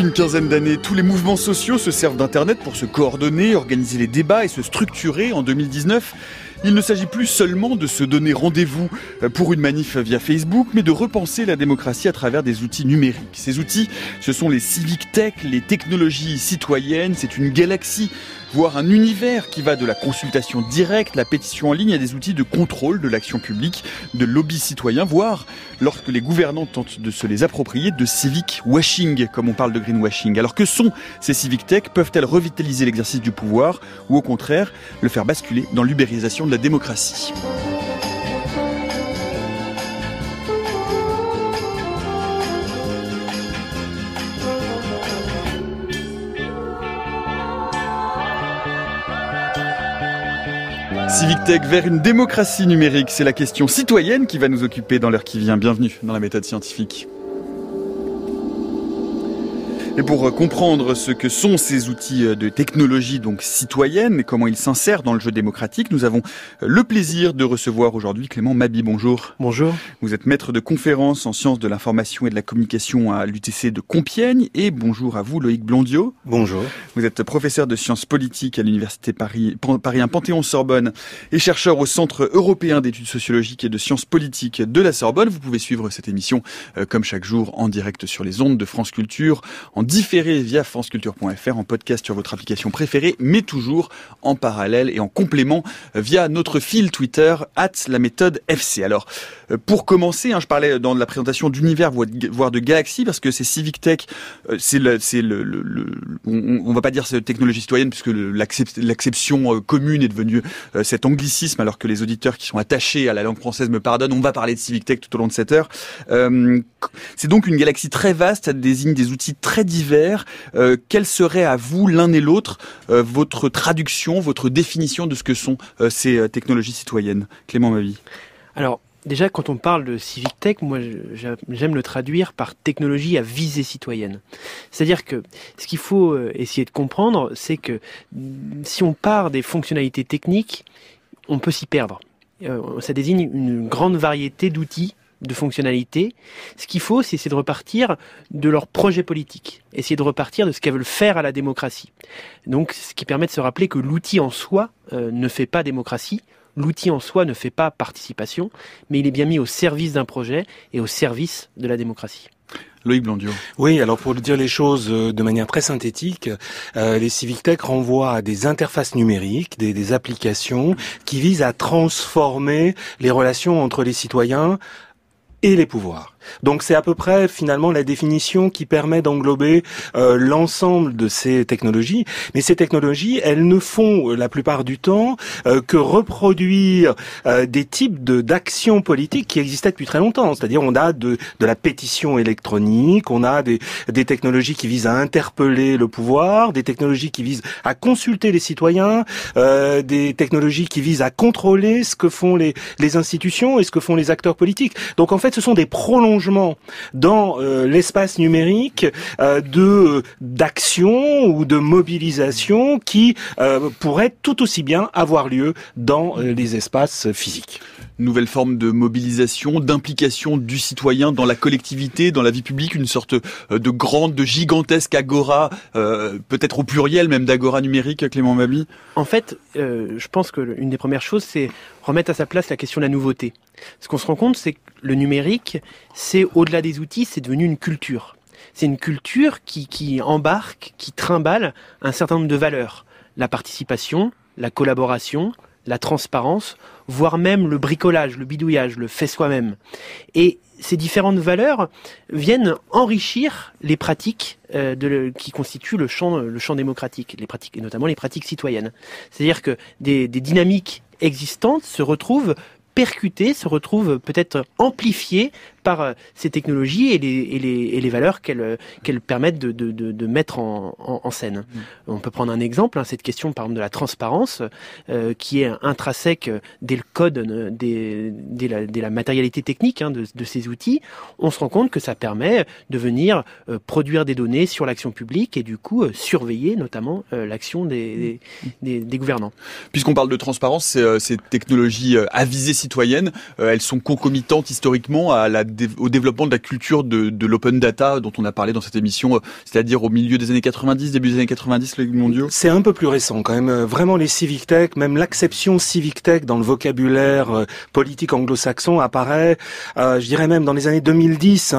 Depuis une quinzaine d'années, tous les mouvements sociaux se servent d'Internet pour se coordonner, organiser les débats et se structurer. En 2019, il ne s'agit plus seulement de se donner rendez-vous pour une manif via Facebook, mais de repenser la démocratie à travers des outils numériques. Ces outils, ce sont les civic tech, les technologies citoyennes. C'est une galaxie, voire un univers qui va de la consultation directe, la pétition en ligne, à des outils de contrôle de l'action publique, de lobby citoyen, voire, lorsque les gouvernants tentent de se les approprier, de civic washing, comme on parle de greenwashing. Alors que sont ces civic tech? Peuvent-elles revitaliser l'exercice du pouvoir ou au contraire le faire basculer dans l'ubérisation de la démocratie? Civic Tech vers une démocratie numérique, c'est la question citoyenne qui va nous occuper dans l'heure qui vient. Bienvenue dans la méthode scientifique. Et pour comprendre ce que sont ces outils de technologie donc citoyenne et comment ils s'insèrent dans le jeu démocratique, nous avons le plaisir de recevoir aujourd'hui Clément Maby. Bonjour. Bonjour. Vous êtes maître de conférences en sciences de l'information et de la communication à l'UTC de Compiègne. Et bonjour à vous, Loïc Blondiot. Bonjour. Vous êtes professeur de sciences politiques à l'université Paris 1 Panthéon-Sorbonne et chercheur au Centre européen d'études sociologiques et de sciences politiques de la Sorbonne. Vous pouvez suivre cette émission comme chaque jour en direct sur les ondes de France Culture, en différé via franceculture.fr, en podcast sur votre application préférée, mais toujours en parallèle et en complément via notre fil Twitter @laméthode_fc. Alors, pour commencer, je parlais dans la présentation d'univers, voire de galaxie, parce que ces civic tech, on va pas dire c'est technologie citoyenne, puisque l'acception commune est devenue cet anglicisme, alors que les auditeurs qui sont attachés à la langue française me pardonnent. On va parler de civic tech tout au long de cette heure. C'est donc une galaxie très vaste, ça désigne des outils très divers. Quelle serait à vous, l'un et l'autre, votre traduction, votre définition de ce que sont ces technologies citoyennes? Clément Maby. Alors, déjà, quand on parle de civic tech, moi, j'aime le traduire par technologie à visée citoyenne. C'est-à-dire que ce qu'il faut essayer de comprendre, c'est que si on part des fonctionnalités techniques, on peut s'y perdre. Ça désigne une grande variété d'outils, de fonctionnalités. Ce qu'il faut, c'est essayer de repartir de leur projet politique, essayer de repartir de ce qu'elles veulent faire à la démocratie. Donc, ce qui permet de se rappeler que l'outil en soi ne fait pas démocratie, l'outil en soi ne fait pas participation, mais il est bien mis au service d'un projet et au service de la démocratie. Loïc Blondiot. Oui, alors pour dire les choses de manière très synthétique, les civic tech renvoient à des interfaces numériques, des applications qui visent à transformer les relations entre les citoyens et les pouvoirs. Donc c'est à peu près finalement la définition qui permet d'englober l'ensemble de ces technologies. Mais ces technologies, elles ne font la plupart du temps que reproduire des types d'actions politiques qui existaient depuis très longtemps. C'est-à-dire on a de la pétition électronique, on a des technologies qui visent à interpeller le pouvoir, des technologies qui visent à consulter les citoyens, des technologies qui visent à contrôler ce que font les institutions et ce que font les acteurs politiques. Donc en fait ce sont des prolongements dans l'espace numérique d'action ou de mobilisation qui pourraient tout aussi bien avoir lieu dans les espaces physiques. Nouvelle forme de mobilisation, d'implication du citoyen dans la collectivité, dans la vie publique, une sorte de gigantesque agora, peut-être au pluriel même d'agora numérique, Clément Maby. En fait, je pense que une des premières choses, c'est remettre à sa place la question de la nouveauté. Ce qu'on se rend compte, c'est que le numérique, c'est au-delà des outils, c'est devenu une culture. C'est une culture qui embarque, qui trimballe un certain nombre de valeurs. La participation, la collaboration, la transparence, voire même le bricolage, le bidouillage, le fait soi-même. Et ces différentes valeurs viennent enrichir les pratiques qui constituent le champ démocratique, les pratiques, et notamment les pratiques citoyennes. C'est-à-dire que des dynamiques existantes se retrouvent percutées, se retrouvent peut-être amplifiées par ces technologies et les valeurs qu'elles permettent de mettre en scène. On peut prendre un exemple, cette question par exemple de la transparence, qui est intrinsèque dès le code, dès la matérialité technique de ces outils. On se rend compte que ça permet de venir produire des données sur l'action publique et du coup surveiller notamment l'action des gouvernants. Puisqu'on parle de transparence, ces technologies à visée citoyenne, elles sont concomitantes historiquement à la au développement de la culture de l'open data dont on a parlé dans cette émission, c'est-à-dire au milieu des années 90, début des années 90, les mondiaux? C'est un peu plus récent quand même. Vraiment, les civic tech, même l'acception civic tech dans le vocabulaire politique anglo-saxon apparaît, je dirais même dans les années 2010.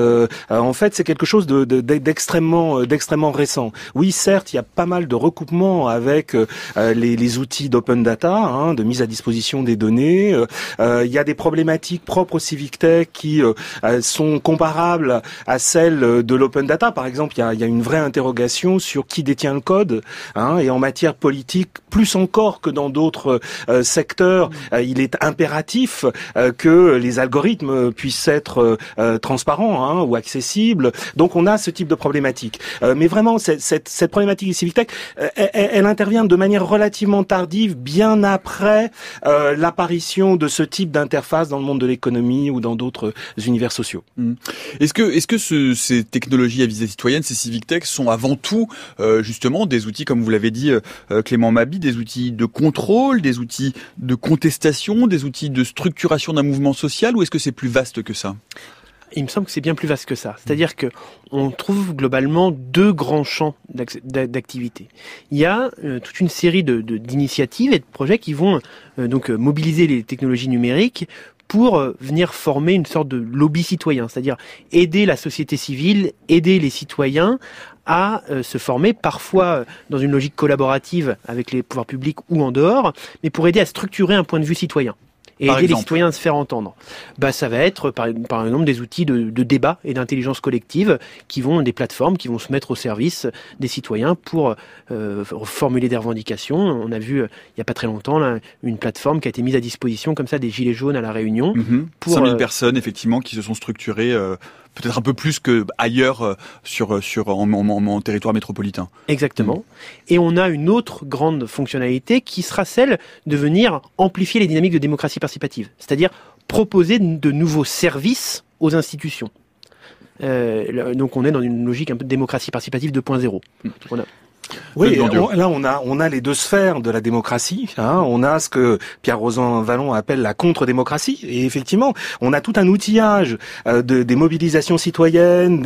En fait, c'est quelque chose d'extrêmement récent. Oui, certes, il y a pas mal de recoupements avec les outils d'open data, de mise à disposition des données. Il y a des problématiques propres au civic tech qui sont comparables à celles de l'open data. Par exemple, il y a une vraie interrogation sur qui détient le code, et en matière politique, plus encore que dans d'autres secteurs, il est impératif que les algorithmes puissent être transparents ou accessibles. Donc on a ce type de problématique. Mais vraiment, cette problématique du civic tech, elle intervient de manière relativement tardive, bien après l'apparition de ce type d'interface dans le monde de l'économie ou dans d'autres univers sociaux. Est-ce que ces technologies à visée citoyenne, ces civic tech, sont avant tout justement des outils, comme vous l'avez dit Clément Mabi, des outils de contrôle, des outils de contestation, des outils de structuration d'un mouvement social, ou est-ce que c'est plus vaste que ça ? Il me semble que c'est bien plus vaste que ça. C'est-à-dire que on trouve globalement deux grands champs d'activité. Il y a toute une série d'initiatives et de projets qui vont mobiliser les technologies numériques pour venir former une sorte de lobby citoyen, c'est-à-dire aider la société civile, aider les citoyens à se former, parfois dans une logique collaborative avec les pouvoirs publics ou en dehors, mais pour aider à structurer un point de vue citoyen. Et aider les citoyens à se faire entendre. Ça va être, par exemple, des outils de débat et d'intelligence collective des plateformes qui vont se mettre au service des citoyens pour formuler des revendications. On a vu, il n'y a pas très longtemps, là, une plateforme qui a été mise à disposition, comme ça, des Gilets jaunes à La Réunion. 5000 personnes, effectivement, qui se sont structurées, peut-être un peu plus qu'ailleurs en territoire métropolitain. Exactement. Et on a une autre grande fonctionnalité qui sera celle de venir amplifier les dynamiques de démocratie participative, c'est-à-dire proposer de nouveaux services aux institutions. Donc on est dans une logique un peu de démocratie participative 2.0. Oui, là on a les deux sphères de la démocratie. On a ce que Pierre-Rosan Vallon appelle la contre-démocratie. Et effectivement, on a tout un outillage des mobilisations citoyennes,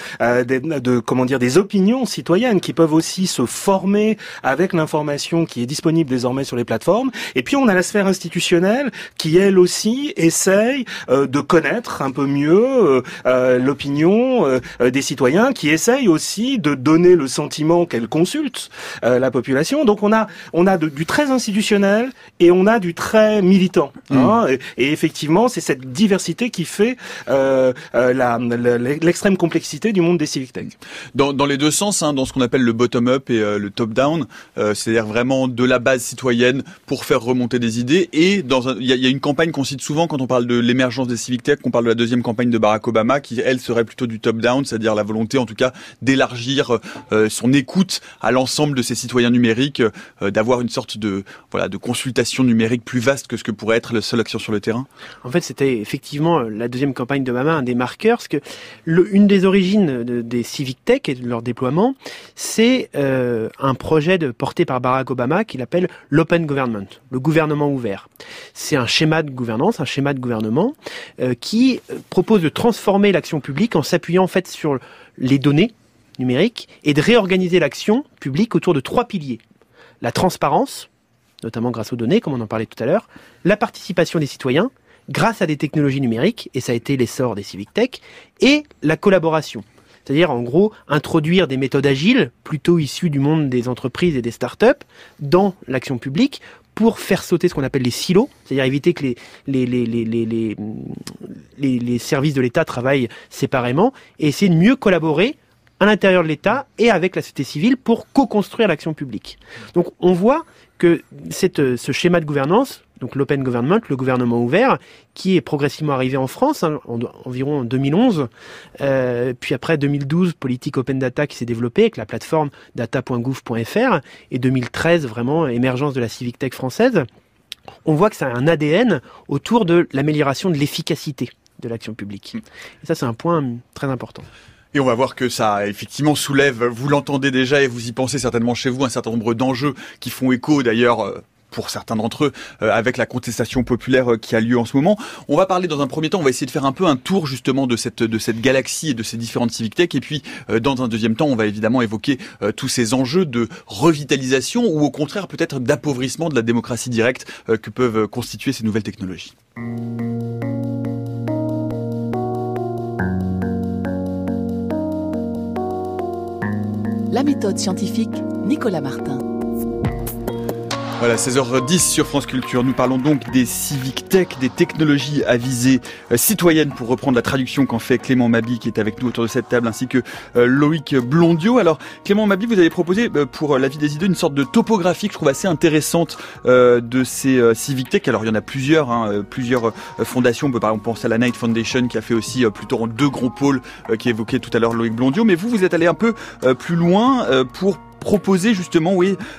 des opinions citoyennes qui peuvent aussi se former avec l'information qui est disponible désormais sur les plateformes. Et puis on a la sphère institutionnelle qui elle aussi essaye de connaître un peu mieux l'opinion des citoyens, qui essaye aussi de donner le sentiment qu'elle consulte la population. Donc on a du très institutionnel et on a du très militant. Et effectivement, c'est cette diversité qui fait l'extrême complexité du monde des civic tech. Dans les deux sens, dans ce qu'on appelle le bottom-up et le top-down, c'est-à-dire vraiment de la base citoyenne pour faire remonter des idées. Et il y a une campagne qu'on cite souvent quand on parle de l'émergence des civic tech, qu'on parle de la deuxième campagne de Barack Obama, qui elle serait plutôt du top-down, c'est-à-dire la volonté en tout cas d'élargir son écoute à l'ensemble de ces citoyens numériques, d'avoir une sorte de consultation numérique plus vaste que ce que pourrait être la seule action sur le terrain. En fait, c'était effectivement la deuxième campagne d'Obama, un des marqueurs, parce que une des origines des civic tech et de leur déploiement, c'est un projet porté par Barack Obama qu'il appelle l'open government, le gouvernement ouvert. C'est un schéma de gouvernance, un schéma de gouvernement qui propose de transformer l'action publique en s'appuyant en fait sur les données numérique et de réorganiser l'action publique autour de 3 piliers. La transparence, notamment grâce aux données, comme on en parlait tout à l'heure, la participation des citoyens, grâce à des technologies numériques, et ça a été l'essor des civic tech, et la collaboration. C'est-à-dire, en gros, introduire des méthodes agiles, plutôt issues du monde des entreprises et des startups, dans l'action publique, pour faire sauter ce qu'on appelle les silos, c'est-à-dire éviter que les services de l'État travaillent séparément, et essayer de mieux collaborer à l'intérieur de l'État et avec la société civile pour co-construire l'action publique. Donc on voit que ce schéma de gouvernance, donc l'open government, le gouvernement ouvert, qui est progressivement arrivé en France, environ en 2011, puis après 2012, politique open data qui s'est développée avec la plateforme data.gouv.fr, et 2013, vraiment, émergence de la civic tech française. On voit que ça a un ADN autour de l'amélioration de l'efficacité de l'action publique. Et ça, c'est un point très important. Et on va voir que ça, effectivement, soulève, vous l'entendez déjà et vous y pensez certainement chez vous, un certain nombre d'enjeux qui font écho, d'ailleurs, pour certains d'entre eux, avec la contestation populaire qui a lieu en ce moment. On va parler dans un premier temps, on va essayer de faire un peu un tour justement de cette galaxie et de ces différentes civic tech. Et puis, dans un deuxième temps, on va évidemment évoquer tous ces enjeux de revitalisation ou au contraire peut-être d'appauvrissement de la démocratie directe que peuvent constituer ces nouvelles technologies. La méthode scientifique, Nicolas Martin. Voilà, 16h10 sur France Culture. Nous parlons donc des civic tech, des technologies à visée citoyenne, pour reprendre la traduction qu'en fait Clément Maby, qui est avec nous autour de cette table, ainsi que Loïc Blondiot. Alors, Clément Maby, vous avez proposé pour La Vie des idées une sorte de topographie que je trouve assez intéressante de ces civic tech. Alors, il y en a plusieurs, plusieurs fondations. On peut par exemple penser à la Knight Foundation, qui a fait aussi plutôt en 2 gros pôles, qui évoquait tout à l'heure Loïc Blondiot. Mais vous êtes allé un peu plus loin pour proposer justement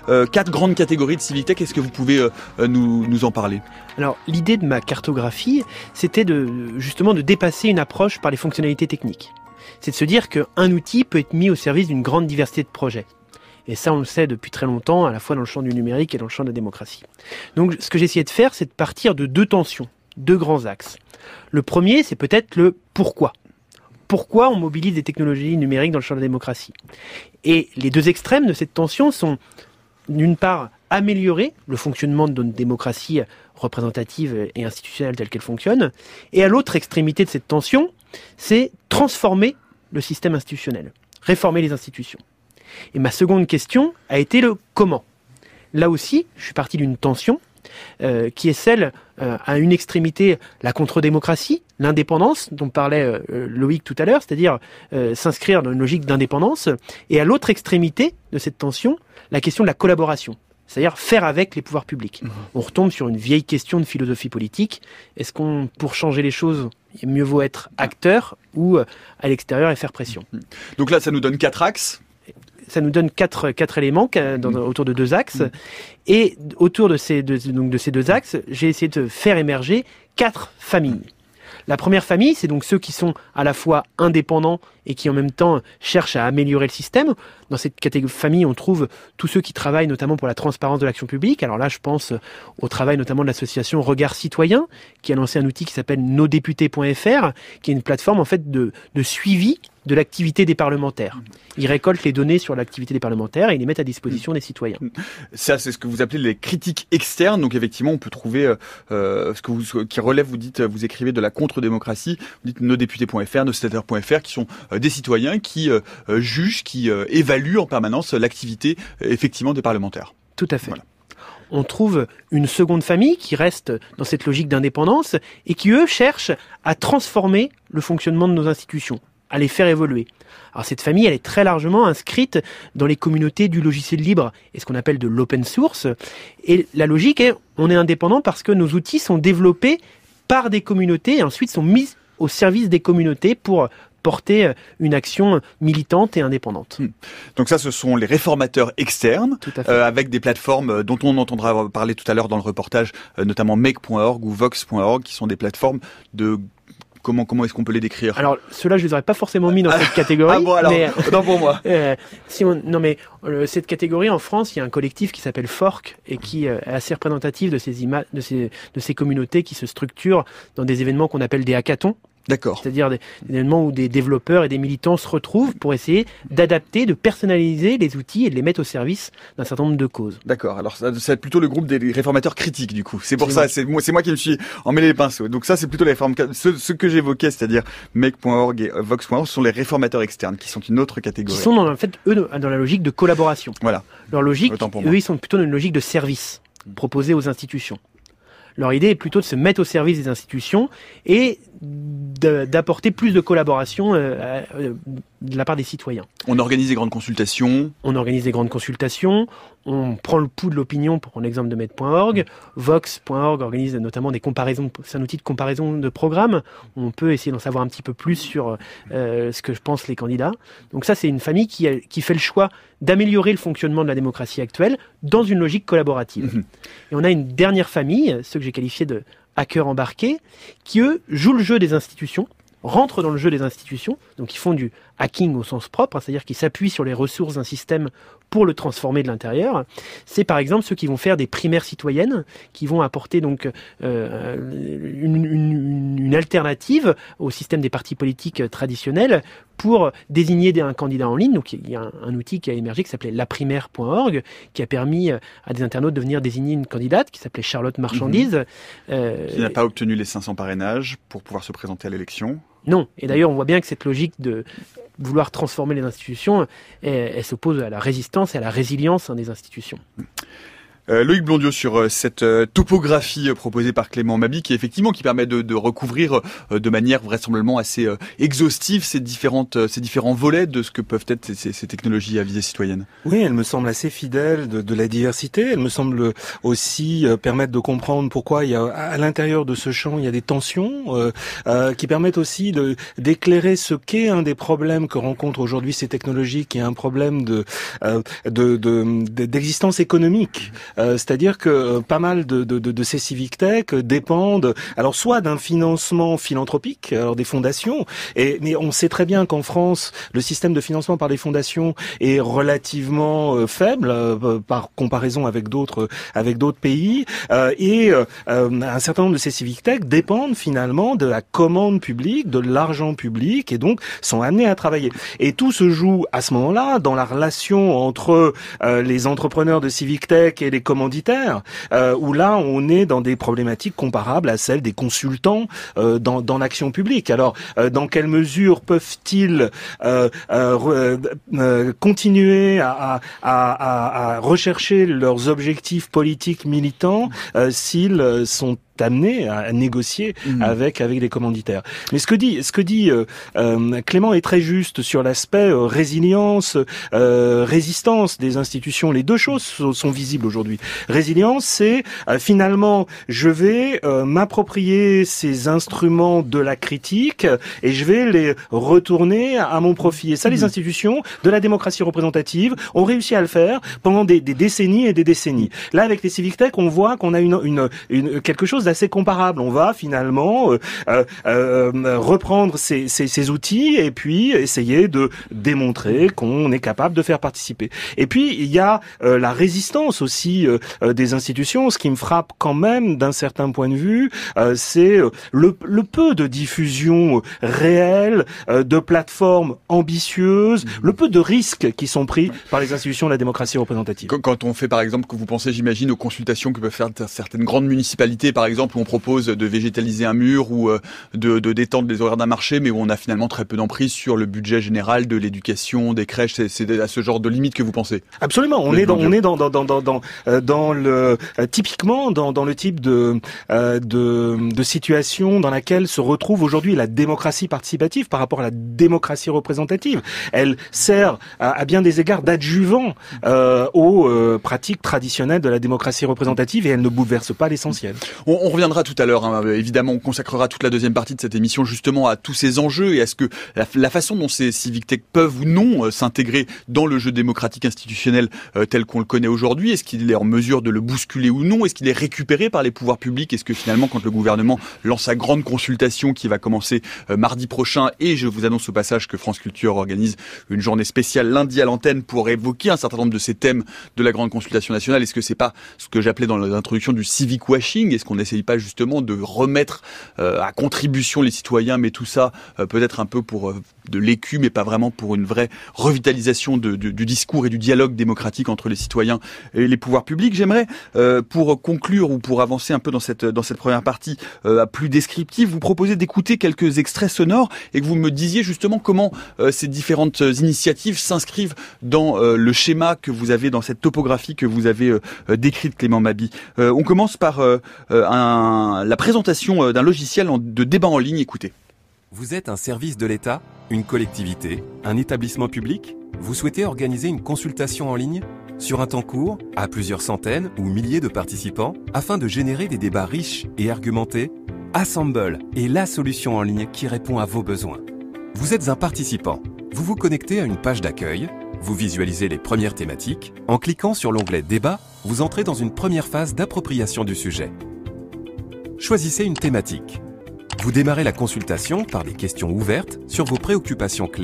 4 grandes catégories de civic tech. Est-ce que vous pouvez nous en parler ? Alors, l'idée de ma cartographie, c'était justement de dépasser une approche par les fonctionnalités techniques. C'est de se dire qu'un outil peut être mis au service d'une grande diversité de projets. Et ça, on le sait depuis très longtemps, à la fois dans le champ du numérique et dans le champ de la démocratie. Donc, ce que j'ai essayé de faire, c'est de partir de 2 tensions, 2 grands axes. Le premier, c'est peut-être le pourquoi. Pourquoi on mobilise des technologies numériques dans le champ de la démocratie ? Et les 2 extrêmes de cette tension sont, d'une part, améliorer le fonctionnement de notre démocratie représentative et institutionnelle telle qu'elle fonctionne, et à l'autre extrémité de cette tension, c'est transformer le système institutionnel, réformer les institutions. Et ma seconde question a été le comment. Là aussi, je suis parti d'une tension qui est celle, à une extrémité, la contre-démocratie, l'indépendance, dont parlait Loïc tout à l'heure, c'est-à-dire s'inscrire dans une logique d'indépendance, et à l'autre extrémité de cette tension, la question de la collaboration, c'est-à-dire faire avec les pouvoirs publics. On retombe sur une vieille question de philosophie politique. Est-ce qu'on, pour changer les choses, mieux vaut être acteur ou à l'extérieur et faire pression ? Donc là, ça nous donne 4 axes. Ça nous donne quatre éléments autour de 2 axes. Et autour de ces 2 axes, j'ai essayé de faire émerger 4 familles. La première famille, c'est donc ceux qui sont à la fois indépendants et qui en même temps cherchent à améliorer le système. Dans cette famille, on trouve tous ceux qui travaillent notamment pour la transparence de l'action publique. Alors là, je pense au travail notamment de l'association Regard Citoyen, qui a lancé un outil qui s'appelle nosdéputés.fr, qui est une plateforme en fait de suivi de l'activité des parlementaires. Ils récoltent les données sur l'activité des parlementaires et ils les mettent à disposition des citoyens. Ça, c'est ce que vous appelez les critiques externes. Donc effectivement, on peut trouver qui relève, vous écrivez de la contre-démocratie. Vous dites nosdéputés.fr, nossénateurs.fr, qui sont des citoyens qui jugent, qui évaluent en permanence l'activité effectivement des parlementaires. Tout à fait. Voilà. On trouve une seconde famille qui reste dans cette logique d'indépendance et qui, eux, cherchent à transformer le fonctionnement de nos institutions, à les faire évoluer. Alors cette famille, elle est très largement inscrite dans les communautés du logiciel libre et ce qu'on appelle de l'open source. Et la logique est, on est indépendant parce que nos outils sont développés par des communautés et ensuite sont mis au service des communautés pour porter une action militante et indépendante. Donc ça, ce sont les réformateurs externes, avec des plateformes dont on entendra parler tout à l'heure dans le reportage, notamment make.org ou vox.org, qui sont des plateformes de... Comment est-ce qu'on peut les décrire ? Alors, ceux-là, je les aurais pas forcément mis dans cette catégorie. Ah bon, alors, non pour moi. Cette catégorie, en France, il y a un collectif qui s'appelle Fork et qui est assez représentatif de ces communautés qui se structurent dans des événements qu'on appelle des hackathons. D'accord. C'est-à-dire des événements où des développeurs et des militants se retrouvent pour essayer d'adapter, de personnaliser les outils et de les mettre au service d'un certain nombre de causes. D'accord. Alors, c'est plutôt le groupe des réformateurs critiques, du coup. C'est pour ça, c'est moi qui me suis emmêlé les pinceaux. Donc ça, c'est plutôt les réformateurs. Ce que j'évoquais, c'est-à-dire make.org et vox.org, ce sont les réformateurs externes, qui sont une autre catégorie. Qui sont, eux, dans la logique de collaboration. Voilà. Leur logique, eux, ils sont plutôt dans une logique de service proposé aux institutions. Leur idée est plutôt de se mettre au service des institutions et d'apporter plus de collaboration de la part des citoyens. On organise des grandes consultations. On prend le pouls de l'opinion, pour prendre l'exemple de Med.org. Vox.org organise notamment des comparaisons, c'est un outil de comparaison de programmes. On peut essayer d'en savoir un petit peu plus sur ce que pensent les candidats. Donc ça, c'est une famille qui fait le choix d'améliorer le fonctionnement de la démocratie actuelle dans une logique collaborative. Et on a une dernière famille, ceux que j'ai qualifiés de hackers embarqués, qui eux jouent le jeu des institutions, rentrent dans le jeu des institutions, donc ils font du hacking au sens propre, c'est-à-dire qui s'appuient sur les ressources d'un système pour le transformer de l'intérieur. C'est par exemple ceux qui vont faire des primaires citoyennes, qui vont apporter donc une alternative au système des partis politiques traditionnels pour désigner un candidat en ligne. Donc il y a un outil qui a émergé qui s'appelait laprimaire.org, qui a permis à des internautes de venir désigner une candidate qui s'appelait Charlotte Marchandise. Qui n'a pas obtenu les 500 parrainages pour pouvoir se présenter à l'élection. Non, et d'ailleurs on voit bien que cette logique de vouloir transformer les institutions, elle s'oppose à la résistance et à la résilience des institutions. Loïc Blondiau sur cette topographie proposée par Clément Maby qui permet de recouvrir de manière vraisemblablement assez exhaustive ces différents volets de ce que peuvent être ces technologies à visée citoyenne. Oui, elle me semble assez fidèle de la diversité. Elle me semble aussi permettre de comprendre pourquoi il y a à l'intérieur de ce champ il y a des tensions qui permettent aussi d'éclairer ce qu'est un des problèmes que rencontrent aujourd'hui ces technologies, qui est un problème d'existence économique. C'est-à-dire que pas mal de ces civic tech dépendent alors soit d'un financement philanthropique, alors des fondations, mais on sait très bien qu'en France, le système de financement par les fondations est relativement faible par comparaison avec d'autres pays, et un certain nombre de ces civic tech dépendent finalement de la commande publique, de l'argent public, et donc sont amenés à travailler. Et tout se joue à ce moment-là dans la relation entre les entrepreneurs de civic tech et les commanditaires, où là on est dans des problématiques comparables à celles des consultants dans l'action publique. Alors dans quelle mesure peuvent-ils continuer à rechercher leurs objectifs politiques militants s'ils sont amenés à négocier avec les commanditaires. Mais ce que dit Clément est très juste sur l'aspect résilience, résistance des institutions. Les deux choses sont visibles aujourd'hui. Résilience, c'est finalement je vais m'approprier ces instruments de la critique et je vais les retourner à mon profit. Et ça, les institutions de la démocratie représentative ont réussi à le faire pendant des décennies et des décennies. Là, avec les civic tech, on voit qu'on a quelque chose assez comparable. On va finalement reprendre ces outils et puis essayer de démontrer qu'on est capable de faire participer. Et puis il y a la résistance aussi des institutions. Ce qui me frappe quand même d'un certain point de vue, c'est le peu de diffusion réelle, de plateformes ambitieuses, le peu de risques qui sont pris par les institutions de la démocratie représentative. Quand on fait par exemple, que vous pensez j'imagine aux consultations que peuvent faire certaines grandes municipalités par exemple, où on propose de végétaliser un mur ou de détendre les horaires d'un marché, mais où on a finalement très peu d'emprise sur le budget général de l'éducation, des crèches, c'est à ce genre de limite que vous pensez? Absolument, on est typiquement dans le type de situation dans laquelle se retrouve aujourd'hui la démocratie participative par rapport à la démocratie représentative. Elle sert à bien des égards d'adjuvant aux pratiques traditionnelles de la démocratie représentative et elle ne bouleverse pas l'essentiel. On reviendra tout à l'heure, évidemment, on consacrera toute la deuxième partie de cette émission justement à tous ces enjeux et à ce que la façon dont ces civic tech peuvent ou non s'intégrer dans le jeu démocratique institutionnel tel qu'on le connaît aujourd'hui. Est-ce qu'il est en mesure de le bousculer ou non? Est-ce qu'il est récupéré par les pouvoirs publics? Est-ce que finalement, quand le gouvernement lance sa grande consultation qui va commencer mardi prochain, et je vous annonce au passage que France Culture organise une journée spéciale lundi à l'antenne pour évoquer un certain nombre de ces thèmes de la grande consultation nationale, est-ce que c'est pas ce que j'appelais dans l'introduction du civic washing? Est-ce qu'on n'essaye pas justement de remettre à contribution les citoyens, mais tout ça peut-être un peu pour de l'écu, mais pas vraiment pour une vraie revitalisation du discours et du dialogue démocratique entre les citoyens et les pouvoirs publics? J'aimerais, pour conclure ou pour avancer un peu dans cette première partie plus descriptive, vous proposer d'écouter quelques extraits sonores et que vous me disiez justement comment ces différentes initiatives s'inscrivent dans le schéma que vous avez, dans cette topographie que vous avez décrite, Clément Maby. On commence par la présentation d'un logiciel de débat en ligne. Écoutez. Vous êtes un service de l'État, une collectivité, un établissement public? Vous souhaitez organiser une consultation en ligne sur un temps court, à plusieurs centaines ou milliers de participants, afin de générer des débats riches et argumentés? Assemble est la solution en ligne qui répond à vos besoins. Vous êtes un participant. Vous vous connectez à une page d'accueil. Vous visualisez les premières thématiques. En cliquant sur l'onglet Débat, vous entrez dans une première phase d'appropriation du sujet. Choisissez une thématique. Vous démarrez la consultation par des questions ouvertes sur vos préoccupations clés.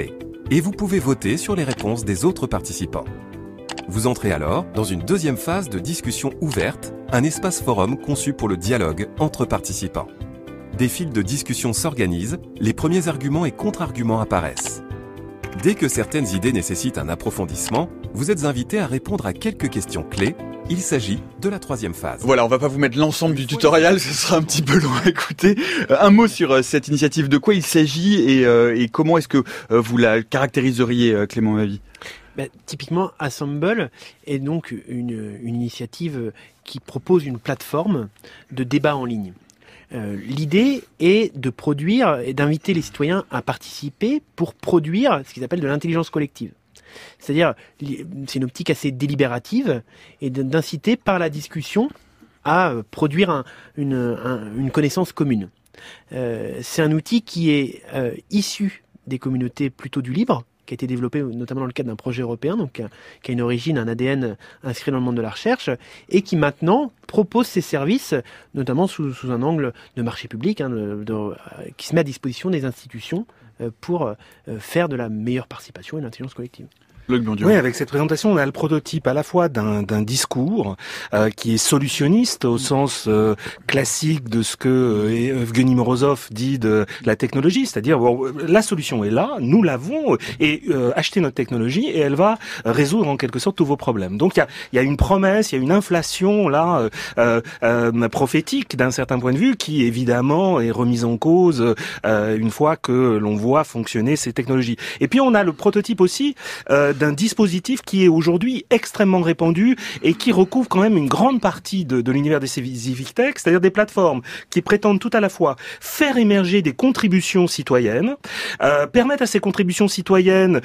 et vous pouvez voter sur les réponses des autres participants. Vous entrez alors dans une deuxième phase de discussion ouverte, un espace forum conçu pour le dialogue entre participants. Des fils de discussion s'organisent, les premiers arguments et contre-arguments apparaissent. Dès que certaines idées nécessitent un approfondissement, vous êtes invité à répondre à quelques questions clés. Il s'agit de la troisième phase. Voilà, on va pas vous mettre l'ensemble du tutoriel, ce sera un petit peu long à écouter. Un mot sur cette initiative, de quoi il s'agit et comment est-ce que vous la caractériseriez, Clément Mavie ? Typiquement, Assemble est donc une initiative qui propose une plateforme de débat en ligne. L'idée est de produire et d'inviter les citoyens à participer pour produire ce qu'ils appellent de l'intelligence collective. C'est-à-dire, c'est une optique assez délibérative et d'inciter par la discussion à produire une connaissance commune. C'est un outil qui est issu des communautés plutôt du libre, qui a été développé notamment dans le cadre d'un projet européen, donc qui a une origine, un ADN inscrit dans le monde de la recherche, et qui maintenant propose ses services, notamment sous un angle de marché public, qui se met à disposition des institutions pour faire de la meilleure participation et de l'intelligence collective. Oui, avec cette présentation, on a le prototype à la fois d'un discours qui est solutionniste au sens classique de ce que Evgeny Morozov dit de la technologie, c'est-à-dire la solution est là, nous l'avons, et achetez notre technologie et elle va résoudre en quelque sorte tous vos problèmes. Donc il y a une promesse, il y a une inflation là prophétique d'un certain point de vue qui évidemment est remise en cause une fois que l'on voit fonctionner ces technologies. Et puis on a le prototype aussi d'un dispositif qui est aujourd'hui extrêmement répandu et qui recouvre quand même une grande partie de l'univers des civic tech, c'est-à-dire des plateformes qui prétendent tout à la fois faire émerger des contributions citoyennes, permettre à ces contributions citoyennes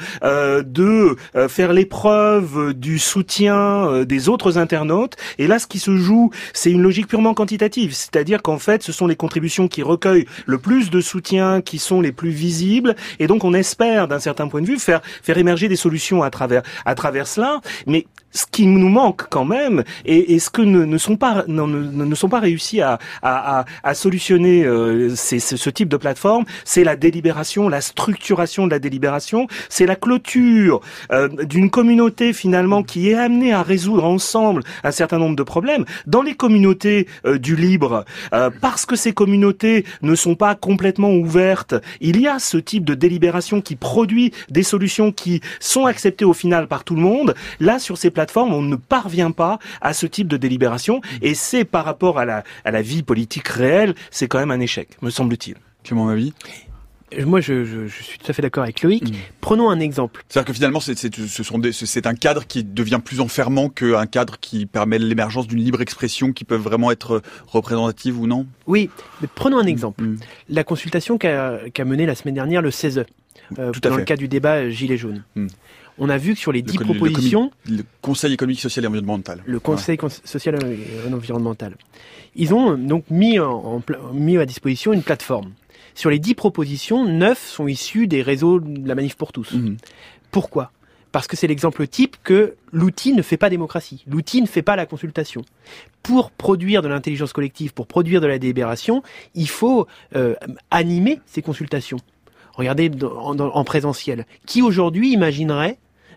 de faire l'épreuve du soutien des autres internautes. Et là, ce qui se joue, c'est une logique purement quantitative, c'est-à-dire qu'en fait, ce sont les contributions qui recueillent le plus de soutien, qui sont les plus visibles, et donc on espère, d'un certain point de vue, faire émerger des solutions à travers cela, mais ce qui nous manque quand même, et ce que ne sont pas réussis à solutionner ce type de plateforme, c'est la délibération, la structuration de la délibération, c'est la clôture d'une communauté finalement qui est amenée à résoudre ensemble un certain nombre de problèmes. Dans les communautés du libre, parce que ces communautés ne sont pas complètement ouvertes, il y a ce type de délibération qui produit des solutions qui sont acceptées au final par tout le monde. Là, sur ces plateformes, on ne parvient pas à ce type de délibération, et c'est par rapport à la vie politique réelle, c'est quand même un échec, me semble-t-il. Clément Mavie ? Moi, je suis tout à fait d'accord avec Loïc. Prenons un exemple. C'est-à-dire que finalement, c'est un cadre qui devient plus enfermant qu'un cadre qui permet l'émergence d'une libre expression qui peut vraiment être représentative ou non ? Oui, mais prenons un exemple. La consultation qu'a menée la semaine dernière le CESE, dans le cadre du débat Gilets jaunes. On a vu que sur les 10 propositions... Le Conseil économique, social et environnemental. Le Conseil social et environnemental. Ils ont donc mis à disposition une plateforme. Sur les 10 propositions, 9 sont issues des réseaux de la Manif pour tous. Pourquoi ? Parce que c'est l'exemple type que l'outil ne fait pas démocratie. L'outil ne fait pas la consultation. Pour produire de l'intelligence collective, pour produire de la délibération, il faut animer ces consultations. Regardez en présentiel. Qui aujourd'hui imaginerait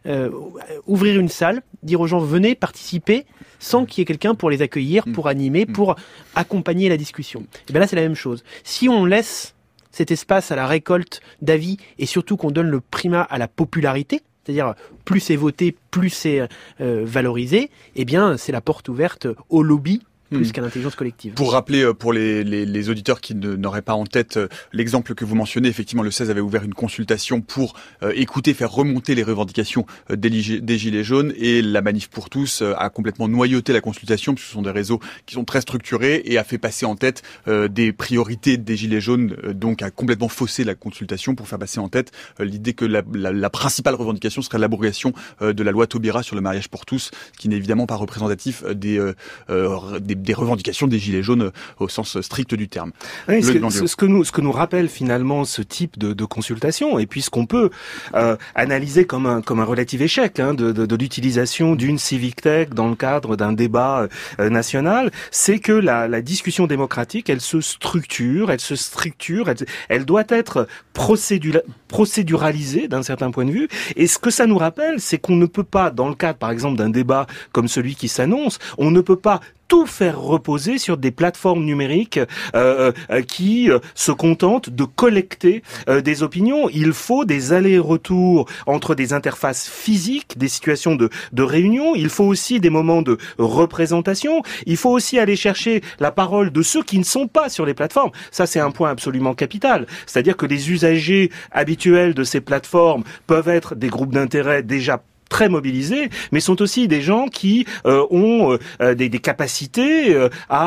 ouvrir une salle, dire aux gens venez participer, sans qu'il y ait quelqu'un pour les accueillir, pour animer, pour accompagner la discussion. Et bien là, c'est la même chose. Si on laisse cet espace à la récolte d'avis et surtout qu'on donne le primat à la popularité, c'est-à-dire plus c'est voté, plus c'est valorisé, eh bien c'est la porte ouverte au lobby plus qu'à l'intelligence collective. Pour rappeler pour les auditeurs qui n'auraient pas en tête l'exemple que vous mentionnez, effectivement le 16 avait ouvert une consultation pour écouter, faire remonter les revendications des Gilets jaunes, et la Manif pour tous a complètement noyauté la consultation, puisque ce sont des réseaux qui sont très structurés, et a fait passer en tête des priorités des Gilets jaunes, donc a complètement faussé la consultation pour faire passer en tête l'idée que la principale revendication serait l'abrogation de la loi Taubira sur le mariage pour tous, qui n'est évidemment pas représentatif des des revendications des Gilets jaunes au sens strict du terme. Oui, ce que nous rappelle finalement ce type de consultation, et puis ce qu'on peut analyser comme un relatif échec de l'utilisation d'une civic tech dans le cadre d'un débat national, c'est que la discussion démocratique, elle se structure, elle doit être procéduralisée d'un certain point de vue. Et ce que ça nous rappelle, c'est qu'on ne peut pas, dans le cadre par exemple d'un débat comme celui qui s'annonce, on ne peut pas tout faire reposer sur des plateformes numériques qui se contentent de collecter des opinions. Il faut des allers-retours entre des interfaces physiques, des situations de réunion. Il faut aussi des moments de représentation. Il faut aussi aller chercher la parole de ceux qui ne sont pas sur les plateformes. Ça, c'est un point absolument capital. C'est-à-dire que les usagers habituels de ces plateformes peuvent être des groupes d'intérêt déjà très mobilisés, mais sont aussi des gens qui ont des capacités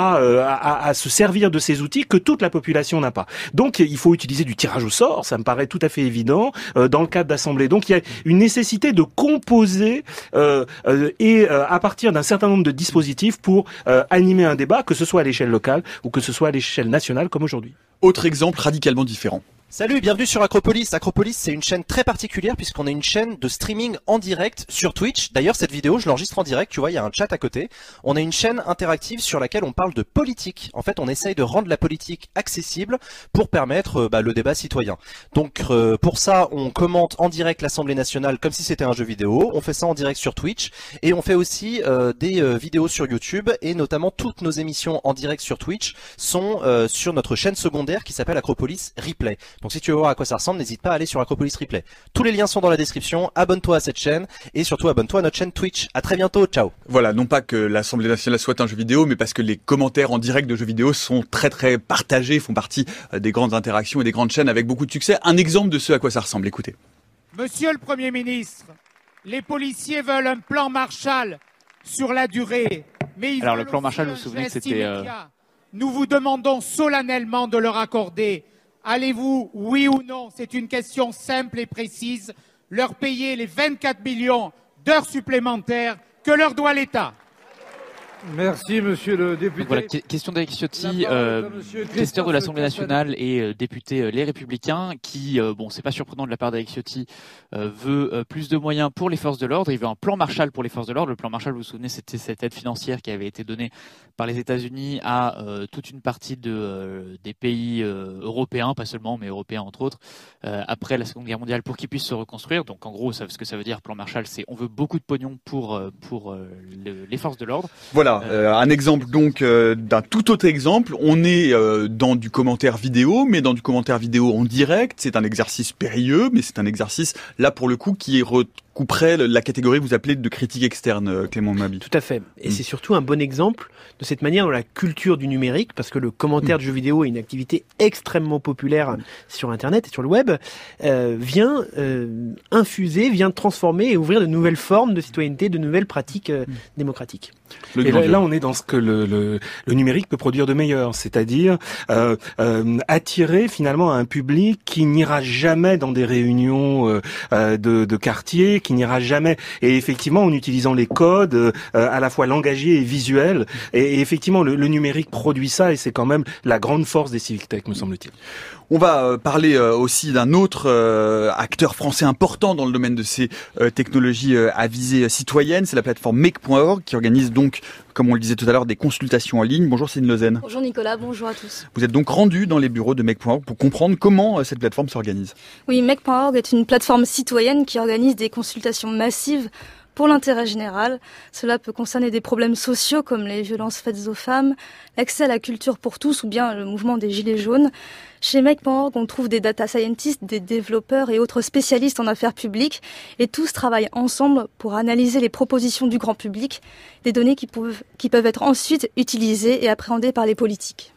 à se servir de ces outils que toute la population n'a pas. Donc il faut utiliser du tirage au sort, ça me paraît tout à fait évident dans le cadre d'assemblées. Donc il y a une nécessité de composer à partir d'un certain nombre de dispositifs pour animer un débat, que ce soit à l'échelle locale ou que ce soit à l'échelle nationale comme aujourd'hui. Autre exemple radicalement différent. Salut, bienvenue sur Acropolis. Acropolis, c'est une chaîne très particulière puisqu'on est une chaîne de streaming en direct sur Twitch. D'ailleurs, cette vidéo, je l'enregistre en direct, tu vois, il y a un chat à côté. On est une chaîne interactive sur laquelle on parle de politique. En fait, on essaye de rendre la politique accessible pour permettre le débat citoyen. Donc, pour ça, on commente en direct l'Assemblée nationale comme si c'était un jeu vidéo. On fait ça en direct sur Twitch et on fait aussi des vidéos sur YouTube, et notamment toutes nos émissions en direct sur Twitch sont sur notre chaîne secondaire qui s'appelle Acropolis Replay. Donc si tu veux voir à quoi ça ressemble, n'hésite pas à aller sur Acropolis Replay. Tous les liens sont dans la description, abonne-toi à cette chaîne et surtout abonne-toi à notre chaîne Twitch. À très bientôt, ciao. Voilà, non pas que l'Assemblée nationale soit un jeu vidéo, mais parce que les commentaires en direct de jeux vidéo sont très très partagés, font partie des grandes interactions et des grandes chaînes avec beaucoup de succès. Un exemple de ce à quoi ça ressemble, écoutez. Monsieur le Premier ministre, les policiers veulent un plan Marshall sur la durée. Mais alors le plan Marshall, vous vous souvenez que c'était... Nous vous demandons solennellement de leur accorder. Allez-vous, oui ou non, c'est une question simple et précise, leur payer les 24 millions d'heures supplémentaires que leur doit l'État? Merci, monsieur le député. Donc voilà, question d'Éric Ciotti, questeur de l'Assemblée nationale et député Les Républicains, qui, c'est pas surprenant de la part d'Éric Ciotti, veut plus de moyens pour les forces de l'ordre. Il veut un plan Marshall pour les forces de l'ordre. Le plan Marshall, vous vous souvenez, c'était cette aide financière qui avait été donnée par les États-Unis à toute une partie des pays européens, pas seulement, mais européens entre autres, après la Seconde Guerre mondiale, pour qu'ils puissent se reconstruire. Donc en gros, ce que ça veut dire, plan Marshall, c'est on veut beaucoup de pognon pour les forces de l'ordre. Voilà, un exemple donc d'un tout autre exemple. On est dans du commentaire vidéo, mais dans du commentaire vidéo en direct. C'est un exercice périlleux, mais c'est un exercice, là pour le coup, qui recouperait la catégorie que vous appelez de critique externe, Clément Mabi. Tout à fait. Et c'est surtout un bon exemple de cette manière dont la culture du numérique, parce que le commentaire de jeux vidéo est une activité extrêmement populaire sur Internet et sur le web, vient infuser, vient transformer et ouvrir de nouvelles formes de citoyenneté, de nouvelles pratiques démocratiques. Et là, on est dans ce que le numérique peut produire de meilleur, c'est-à-dire attirer finalement un public qui n'ira jamais dans des réunions de quartier, qui n'ira jamais, et effectivement en utilisant les codes à la fois langagiers et visuels, et effectivement le numérique produit ça, et c'est quand même la grande force des civic tech, me semble-t-il. On va parler aussi d'un autre acteur français important dans le domaine de ces technologies à visée citoyenne, c'est la plateforme Make.org qui organise donc, comme on le disait tout à l'heure, des consultations en ligne. Bonjour Céline Lezen. Bonjour Nicolas, bonjour à tous. Vous êtes donc rendu dans les bureaux de Make.org pour comprendre comment cette plateforme s'organise. Oui, Make.org est une plateforme citoyenne qui organise des consultations massives pour l'intérêt général. Cela peut concerner des problèmes sociaux comme les violences faites aux femmes, l'accès à la culture pour tous ou bien le mouvement des gilets jaunes. Chez Make.org, on trouve des data scientists, des développeurs et autres spécialistes en affaires publiques, et tous travaillent ensemble pour analyser les propositions du grand public, des données qui peuvent être ensuite utilisées et appréhendées par les politiques.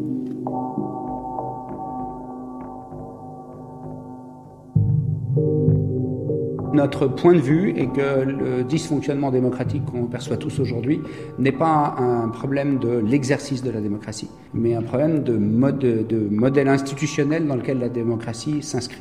Notre point de vue est que le dysfonctionnement démocratique qu'on perçoit tous aujourd'hui n'est pas un problème de l'exercice de la démocratie, mais un problème de modèle institutionnel dans lequel la démocratie s'inscrit.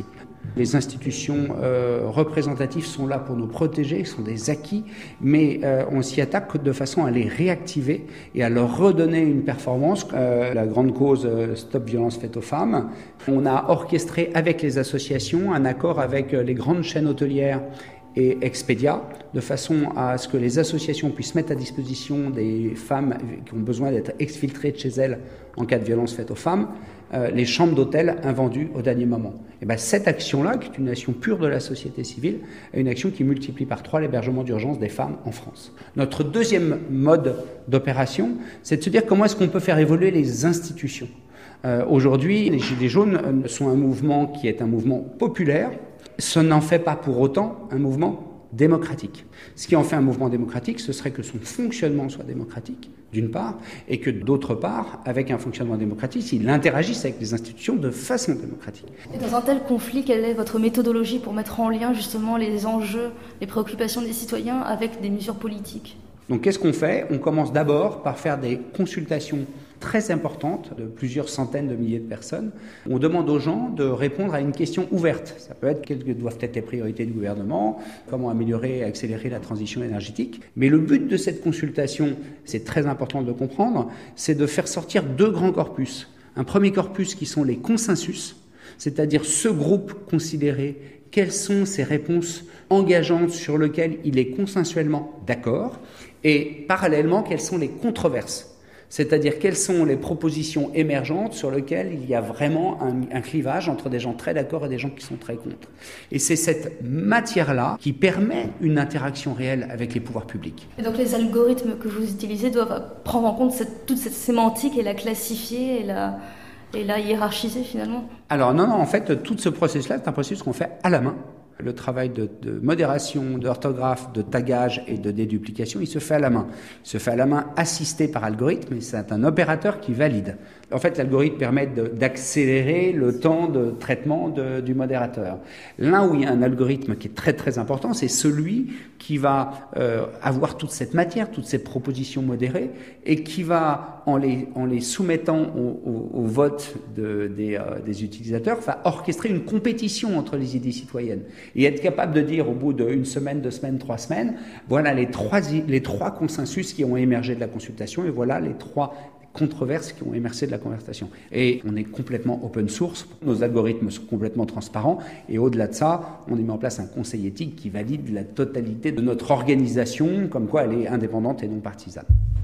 Les institutions représentatives sont là pour nous protéger, sont des acquis, mais on s'y attaque de façon à les réactiver et à leur redonner une performance. La grande cause Stop Violence Faite aux Femmes, on a orchestré avec les associations un accord avec les grandes chaînes hôtelières et Expedia, de façon à ce que les associations puissent mettre à disposition des femmes qui ont besoin d'être exfiltrées de chez elles en cas de violence faite aux femmes, les chambres d'hôtel invendues au dernier moment. Et bien cette action-là, qui est une action pure de la société civile, est une action qui multiplie par 3 l'hébergement d'urgence des femmes en France. Notre deuxième mode d'opération, c'est de se dire comment est-ce qu'on peut faire évoluer les institutions. Aujourd'hui, les Gilets jaunes sont un mouvement qui est un mouvement populaire. Ce n'en fait pas pour autant un mouvement démocratique. Ce qui en fait un mouvement démocratique, ce serait que son fonctionnement soit démocratique, d'une part, et que d'autre part, avec un fonctionnement démocratique, il interagisse avec les institutions de façon démocratique. Et dans un tel conflit, quelle est votre méthodologie pour mettre en lien justement les enjeux, les préoccupations des citoyens avec des mesures politiques ? Donc qu'est-ce qu'on fait ? On commence d'abord par faire des consultations très importantes de plusieurs centaines de milliers de personnes. On demande aux gens de répondre à une question ouverte. Ça peut être quelles doivent être les priorités du gouvernement, comment améliorer et accélérer la transition énergétique. Mais le but de cette consultation, c'est très important de le comprendre, c'est de faire sortir 2 grands corpus. Un premier corpus qui sont les consensus, c'est-à-dire ce groupe considéré, quelles sont ces réponses engageantes sur lesquelles il est consensuellement d'accord, et parallèlement, quelles sont les controverses. C'est-à-dire quelles sont les propositions émergentes sur lesquelles il y a vraiment un clivage entre des gens très d'accord et des gens qui sont très contre. Et c'est cette matière-là qui permet une interaction réelle avec les pouvoirs publics. Et donc les algorithmes que vous utilisez doivent prendre en compte toute cette sémantique et la classifier et la hiérarchiser finalement ? Alors non, en fait, tout ce processus-là, c'est un processus qu'on fait à la main. Le travail de modération, d'orthographe, de tagage et de déduplication, il se fait à la main. Il se fait à la main assisté par algorithme, et c'est un opérateur qui valide. En fait, l'algorithme permet d'accélérer le temps de traitement du modérateur. Là où il y a un algorithme qui est très très important, c'est celui qui va avoir toute cette matière, toutes ces propositions modérées, et qui va, en les soumettant au vote des utilisateurs, va orchestrer une compétition entre les idées citoyennes. Et être capable de dire au bout d'1 semaine, 2 semaines, 3 semaines, voilà les trois consensus qui ont émergé de la consultation et voilà les 3 controverses qui ont émergé de la conversation. Et on est complètement open source, nos algorithmes sont complètement transparents et au-delà de ça, on a mis en place un conseil éthique qui valide la totalité de notre organisation, comme quoi elle est indépendante et non partisane.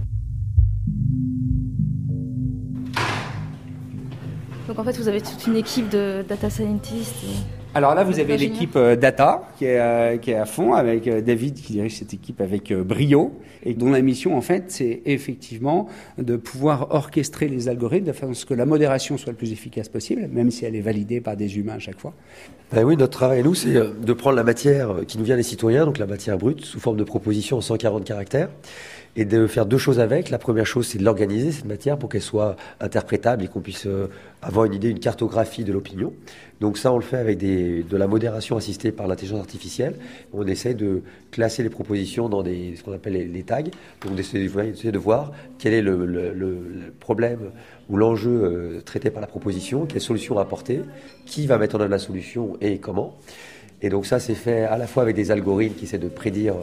Donc en fait, vous avez toute une équipe de data scientists. Alors là, vous avez l'équipe data qui est à fond avec David qui dirige cette équipe avec brio et dont la mission en fait, c'est effectivement de pouvoir orchestrer les algorithmes de façon à ce que la modération soit le plus efficace possible, même si elle est validée par des humains à chaque fois. Ben oui, notre travail, nous, c'est de prendre la matière qui nous vient des citoyens, donc la matière brute, sous forme de propositions en 140 caractères, et de faire 2 choses avec. La première chose, c'est de l'organiser, cette matière, pour qu'elle soit interprétable et qu'on puisse avoir une idée, une cartographie de l'opinion. Donc ça, on le fait avec de la modération assistée par l'intelligence artificielle. On essaie de classer les propositions dans ce qu'on appelle les tags. Donc on essaie de voir quel est le problème ou l'enjeu traité par la proposition, quelle solution apporter, qui va mettre en œuvre la solution et comment. Et donc ça, c'est fait à la fois avec des algorithmes qui essaient de prédire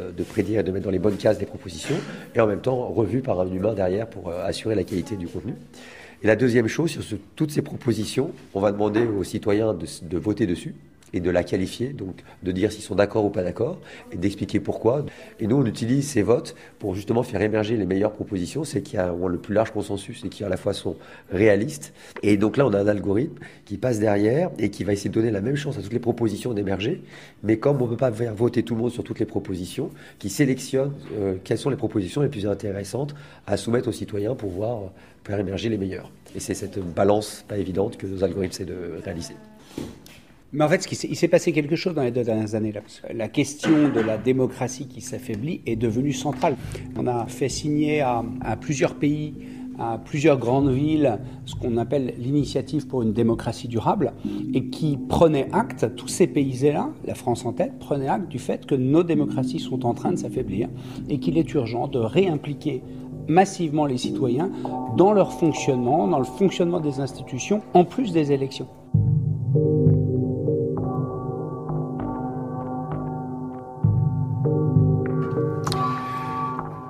et de mettre dans les bonnes cases des propositions, et en même temps revu par un humain derrière pour assurer la qualité du contenu. Et la deuxième chose, sur toutes ces propositions, on va demander aux citoyens de voter dessus et de la qualifier, donc de dire s'ils sont d'accord ou pas d'accord, et d'expliquer pourquoi. Et nous, on utilise ces votes pour justement faire émerger les meilleures propositions, c'est qui ont le plus large consensus et qui à la fois sont réalistes. Et donc là, on a un algorithme qui passe derrière et qui va essayer de donner la même chance à toutes les propositions d'émerger, mais comme on ne peut pas faire voter tout le monde sur toutes les propositions, qui sélectionne quelles sont les propositions les plus intéressantes à soumettre aux citoyens pour faire émerger les meilleures. Et c'est cette balance pas évidente que nos algorithmes essaient de réaliser. Mais en fait, il s'est passé quelque chose dans les 2 dernières années. Là. La question de la démocratie qui s'affaiblit est devenue centrale. On a fait signer à plusieurs pays, à plusieurs grandes villes, ce qu'on appelle l'initiative pour une démocratie durable, et qui prenait acte, tous ces pays-là, la France en tête, prenaient acte du fait que nos démocraties sont en train de s'affaiblir et qu'il est urgent de réimpliquer massivement les citoyens dans leur fonctionnement, dans le fonctionnement des institutions, en plus des élections.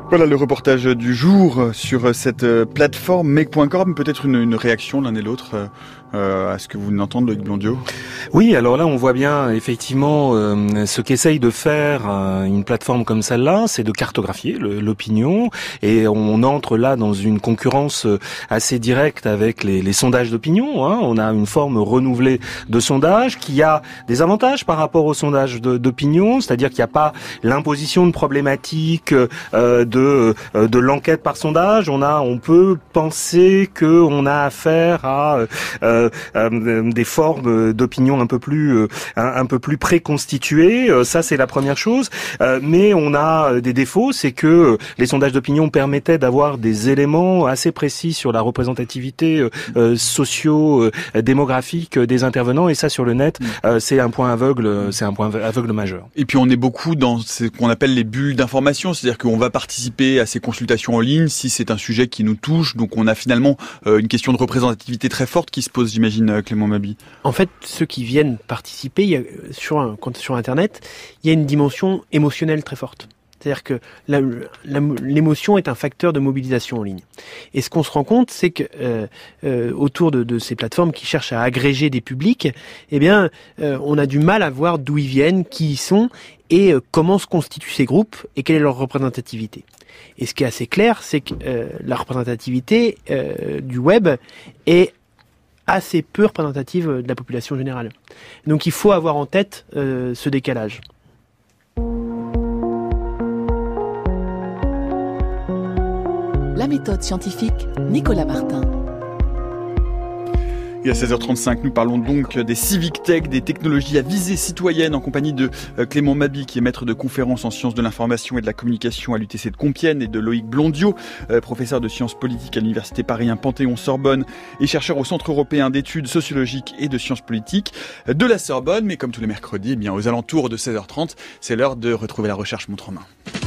Voilà le reportage du jour sur cette plateforme make.com. Peut-être une réaction l'un et l'autre à ce que vous n'entendez, Loïc Blondiau. Oui, alors là on voit bien effectivement ce qu'essaye de faire une plateforme comme celle-là, c'est de cartographier l'opinion, et on entre là dans une concurrence assez directe avec les sondages d'opinion. On a une forme renouvelée de sondage qui a des avantages par rapport aux sondages d'opinion, c'est-à-dire qu'il n'y a pas l'imposition de problématiques de l'enquête par sondage. On peut penser que on a affaire à des formes d'opinion un peu plus préconstituées. Ça, c'est la première chose. Mais on a des défauts, c'est que les sondages d'opinion permettaient d'avoir des éléments assez précis sur la représentativité socio-démographique des intervenants. Et ça, sur le net, c'est un point aveugle majeur. Et puis on est beaucoup dans ce qu'on appelle les bulles d'information, c'est-à-dire qu'on va participer à ces consultations en ligne si c'est un sujet qui nous touche. Donc on a finalement une question de représentativité très forte qui se pose, j'imagine, Clément Mabi. En fait, ceux qui viennent participer sur Internet, il y a une dimension émotionnelle très forte. C'est-à-dire que l'émotion est un facteur de mobilisation en ligne. Et ce qu'on se rend compte, c'est que autour de ces plateformes qui cherchent à agréger des publics, on a du mal à voir d'où ils viennent, qui ils sont, et comment se constituent ces groupes, et quelle est leur représentativité. Et ce qui est assez clair, c'est que la représentativité du web est assez peu représentative de la population générale. Donc il faut avoir en tête ce décalage. La méthode scientifique, Nicolas Martin. Et à 16h35, nous parlons donc des civic tech, des technologies à visée citoyenne, en compagnie de Clément Mabi, qui est maître de conférences en sciences de l'information et de la communication à l'UTC de Compiègne, et de Loïc Blondiau, professeur de sciences politiques à l'université Paris 1 Panthéon-Sorbonne et chercheur au Centre européen d'études sociologiques et de sciences politiques de la Sorbonne. Mais comme tous les mercredis, aux alentours de 16h30, c'est l'heure de retrouver la recherche montre en main.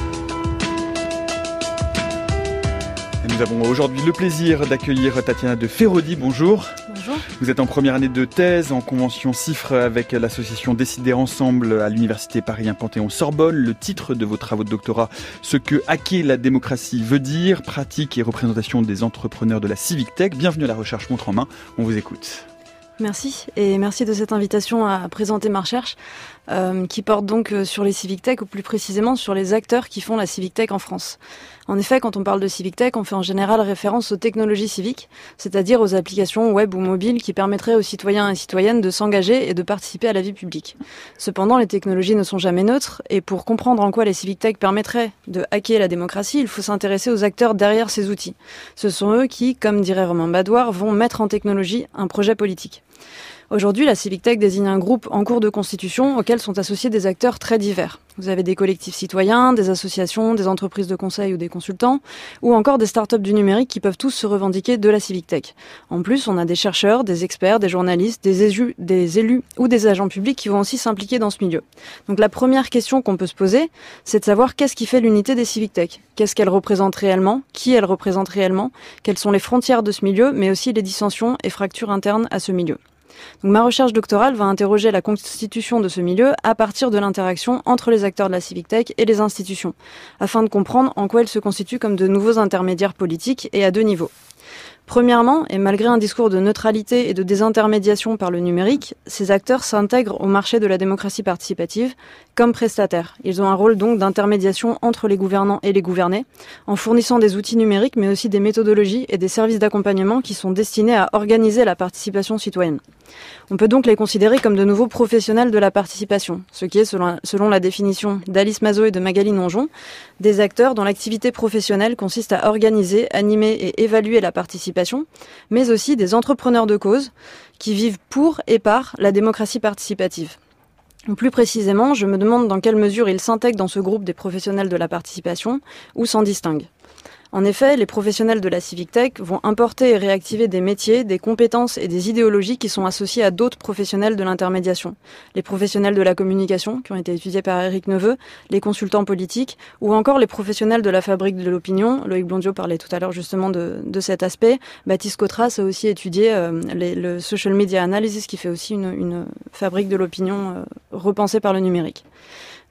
Nous avons aujourd'hui le plaisir d'accueillir Tatiana de Feraudy. Bonjour. Bonjour. Vous êtes en première année de thèse en convention CIFRE avec l'association Décider Ensemble à l'université Paris 1 Panthéon-Sorbonne. Le titre de vos travaux de doctorat, ce que hacker la démocratie veut dire, pratique et représentation des entrepreneurs de la civic tech. Bienvenue à la recherche montre en main. On vous écoute. Merci, et merci de cette invitation à présenter ma recherche qui porte donc sur les civic tech, ou plus précisément sur les acteurs qui font la civic tech en France. En effet, quand on parle de civic tech, on fait en général référence aux technologies civiques, c'est-à-dire aux applications web ou mobiles qui permettraient aux citoyens et citoyennes de s'engager et de participer à la vie publique. Cependant, les technologies ne sont jamais neutres, et pour comprendre en quoi les civic tech permettraient de hacker la démocratie, il faut s'intéresser aux acteurs derrière ces outils. Ce sont eux qui, comme dirait Romain Badoir, vont mettre en technologie un projet politique. Aujourd'hui, la civic tech désigne un groupe en cours de constitution auquel sont associés des acteurs très divers. Vous avez des collectifs citoyens, des associations, des entreprises de conseil ou des consultants, ou encore des startups du numérique qui peuvent tous se revendiquer de la civic tech. En plus, on a des chercheurs, des experts, des journalistes, des élus ou des agents publics qui vont aussi s'impliquer dans ce milieu. Donc la première question qu'on peut se poser, c'est de savoir qu'est-ce qui fait l'unité des civic tech. Qu'est-ce qu'elles représentent réellement, qui elles représentent réellement, quelles sont les frontières de ce milieu, mais aussi les dissensions et fractures internes à ce milieu. Donc ma recherche doctorale va interroger la constitution de ce milieu à partir de l'interaction entre les acteurs de la civic tech et les institutions, afin de comprendre en quoi elles se constituent comme de nouveaux intermédiaires politiques et à deux niveaux. Premièrement, et malgré un discours de neutralité et de désintermédiation par le numérique, ces acteurs s'intègrent au marché de la démocratie participative comme prestataires. Ils ont un rôle donc d'intermédiation entre les gouvernants et les gouvernés, en fournissant des outils numériques mais aussi des méthodologies et des services d'accompagnement qui sont destinés à organiser la participation citoyenne. On peut donc les considérer comme de nouveaux professionnels de la participation, ce qui est, selon la définition d'Alice Mazot et de Magali Nonjon, des acteurs dont l'activité professionnelle consiste à organiser, animer et évaluer la participation, mais aussi des entrepreneurs de cause qui vivent pour et par la démocratie participative. Plus précisément, je me demande dans quelle mesure ils s'intègrent dans ce groupe des professionnels de la participation ou s'en distinguent. En effet, les professionnels de la civic tech vont importer et réactiver des métiers, des compétences et des idéologies qui sont associés à d'autres professionnels de l'intermédiation. Les professionnels de la communication, qui ont été étudiés par Éric Neveu, les consultants politiques, ou encore les professionnels de la fabrique de l'opinion. Loïc Blondiau parlait tout à l'heure justement de cet aspect. Baptiste Cotras a aussi étudié le social media analysis, qui fait aussi une fabrique de l'opinion repensée par le numérique.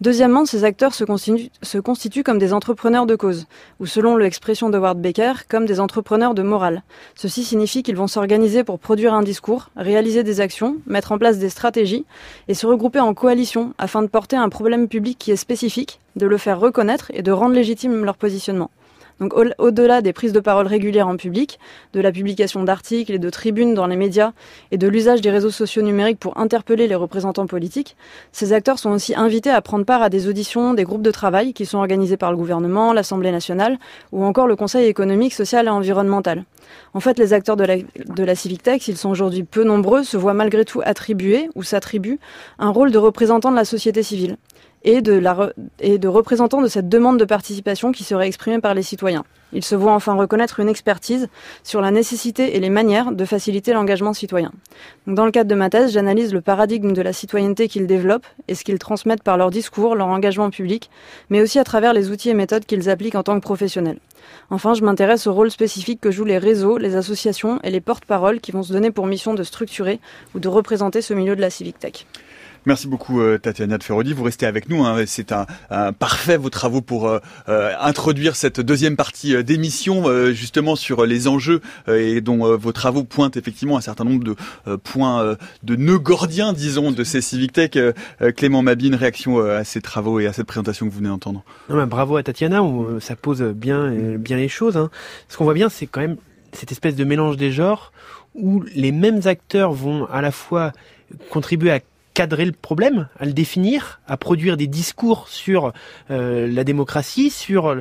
Deuxièmement, ces acteurs se constituent comme des entrepreneurs de cause, ou selon l'expression de Howard Baker, comme des entrepreneurs de morale. Ceci signifie qu'ils vont s'organiser pour produire un discours, réaliser des actions, mettre en place des stratégies et se regrouper en coalition afin de porter un problème public qui est spécifique, de le faire reconnaître et de rendre légitime leur positionnement. Donc au-delà des prises de parole régulières en public, de la publication d'articles et de tribunes dans les médias et de l'usage des réseaux sociaux numériques pour interpeller les représentants politiques, ces acteurs sont aussi invités à prendre part à des auditions, des groupes de travail qui sont organisés par le gouvernement, l'Assemblée nationale ou encore le Conseil économique, social et environnemental. En fait, les acteurs de la Civic Tech, s'ils sont aujourd'hui peu nombreux, se voient malgré tout attribuer ou s'attribuent un rôle de représentant de la société civile et de représentants de cette demande de participation qui serait exprimée par les citoyens. Ils se voient enfin reconnaître une expertise sur la nécessité et les manières de faciliter l'engagement citoyen. Donc, dans le cadre de ma thèse, j'analyse le paradigme de la citoyenneté qu'ils développent et ce qu'ils transmettent par leur discours, leur engagement public, mais aussi à travers les outils et méthodes qu'ils appliquent en tant que professionnels. Enfin, je m'intéresse au rôle spécifique que jouent les réseaux, les associations et les porte-paroles qui vont se donner pour mission de structurer ou de représenter ce milieu de la Civic Tech. Merci beaucoup Tatiana de Ferrodi, vous restez avec nous, hein. C'est un parfait vos travaux pour introduire cette deuxième partie d'émission justement sur les enjeux et dont vos travaux pointent effectivement un certain nombre de points de nœuds gordiens, disons, de ces Civic Tech. Clément Mabine, réaction à ces travaux et à cette présentation que vous venez d'entendre. Bravo à Tatiana, ça pose bien les choses, hein. Ce qu'on voit bien, c'est quand même cette espèce de mélange des genres où les mêmes acteurs vont à la fois contribuer à cadrer le problème, à le définir, à produire des discours sur la démocratie, sur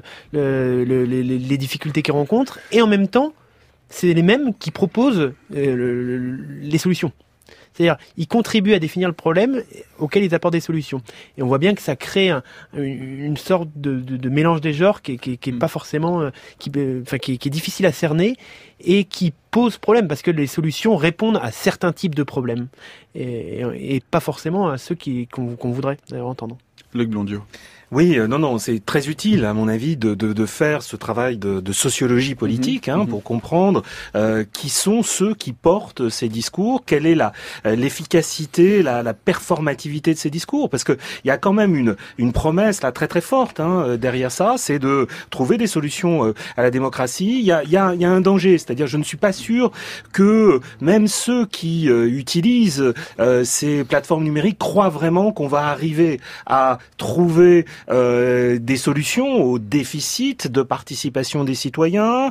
les difficultés qu'ils rencontrent, et en même temps, c'est les mêmes qui proposent les solutions. C'est-à-dire, ils contribuent à définir le problème auquel ils apportent des solutions. Et on voit bien que ça crée une sorte de mélange des genres qui est pas forcément, qui est difficile à cerner et qui pose problème parce que les solutions répondent à certains types de problèmes et pas forcément à ceux qu'on voudrait entendre. Luc Blondiau. Oui, non, c'est très utile à mon avis de faire ce travail de sociologie politique pour comprendre qui sont ceux qui portent ces discours, quelle est l'efficacité, la performativité de ces discours, parce que il y a quand même une promesse là très très forte derrière ça, c'est de trouver des solutions à la démocratie. Il y a un danger, c'est-à-dire je ne suis pas sûr que même ceux qui utilisent ces plateformes numériques croient vraiment qu'on va arriver à trouver des solutions au déficit de participation des citoyens,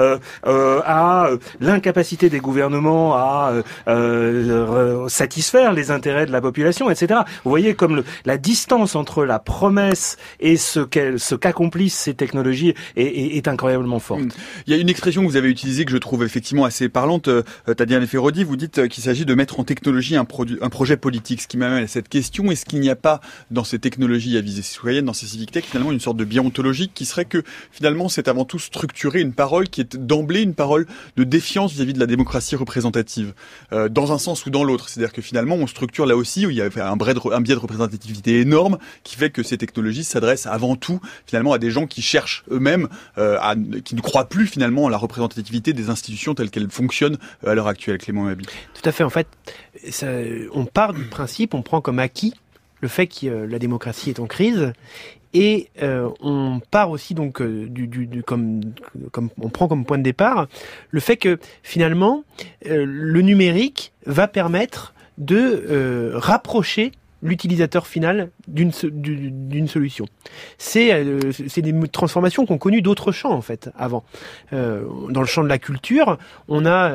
à l'incapacité des gouvernements à satisfaire les intérêts de la population, etc. Vous voyez comme la distance entre la promesse et ce qu'accomplissent ces technologies est incroyablement forte. Il y a une expression que vous avez utilisée que je trouve effectivement assez parlante, Tatiana Ferrodi, vous dites qu'il s'agit de mettre en technologie un projet politique, ce qui m'amène à cette question, est-ce qu'il n'y a pas dans ces technologies à visée citoyenne, dans ces Civic Tech, finalement une sorte de biais ontologique qui serait que finalement c'est avant tout structurer une parole qui est d'emblée une parole de défiance vis-à-vis de la démocratie représentative, dans un sens ou dans l'autre. C'est-à-dire que finalement on structure là aussi où il y a un biais de représentativité énorme qui fait que ces technologies s'adressent avant tout finalement à des gens qui cherchent eux-mêmes, qui ne croient plus finalement à la représentativité des institutions telles qu'elles fonctionnent à l'heure actuelle. Clément Mabi. Tout à fait. En fait, on part du principe, on prend comme acquis le fait que la démocratie est en crise. Et on part aussi donc comme on prend comme point de départ le fait que finalement le numérique va permettre de rapprocher l'utilisateur final d'une solution. C'est des transformations qu'ont connues d'autres champs en fait avant. Dans le champ de la culture, on a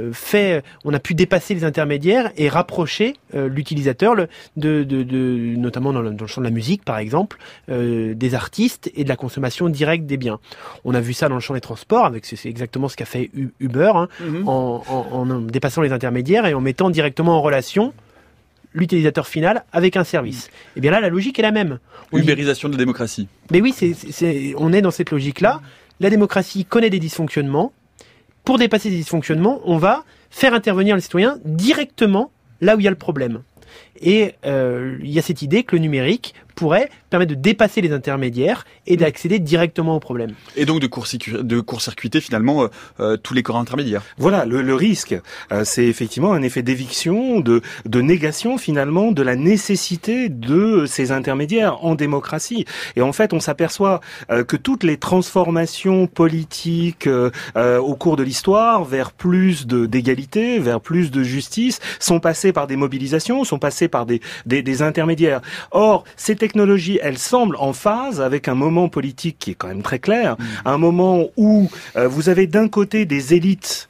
pu dépasser les intermédiaires et rapprocher l'utilisateur notamment dans le champ de la musique par exemple, des artistes et de la consommation directe des biens. On a vu ça dans le champ des transports avec c'est exactement ce qu'a fait Uber en dépassant les intermédiaires et en mettant directement en relation l'utilisateur final avec un service. Et bien là, la logique est la même. Ubérisation de la démocratie. Mais oui, on est dans cette logique-là. La démocratie connaît des dysfonctionnements. Pour dépasser ces dysfonctionnements, on va faire intervenir les citoyens directement là où il y a le problème. Et il y a cette idée que le numérique pourrait permettre de dépasser les intermédiaires et d'accéder directement au problème. Et donc de court-circuiter finalement tous les corps intermédiaires. Voilà, le risque, c'est effectivement un effet d'éviction, de négation finalement de la nécessité de ces intermédiaires en démocratie. Et en fait, on s'aperçoit que toutes les transformations politiques au cours de l'histoire vers plus d'égalité, vers plus de justice, sont passées par des mobilisations, sont passées par des intermédiaires. Or, ces technologies, elles semblent en phase avec un moment politique qui est quand même très clair, un moment où vous avez d'un côté des élites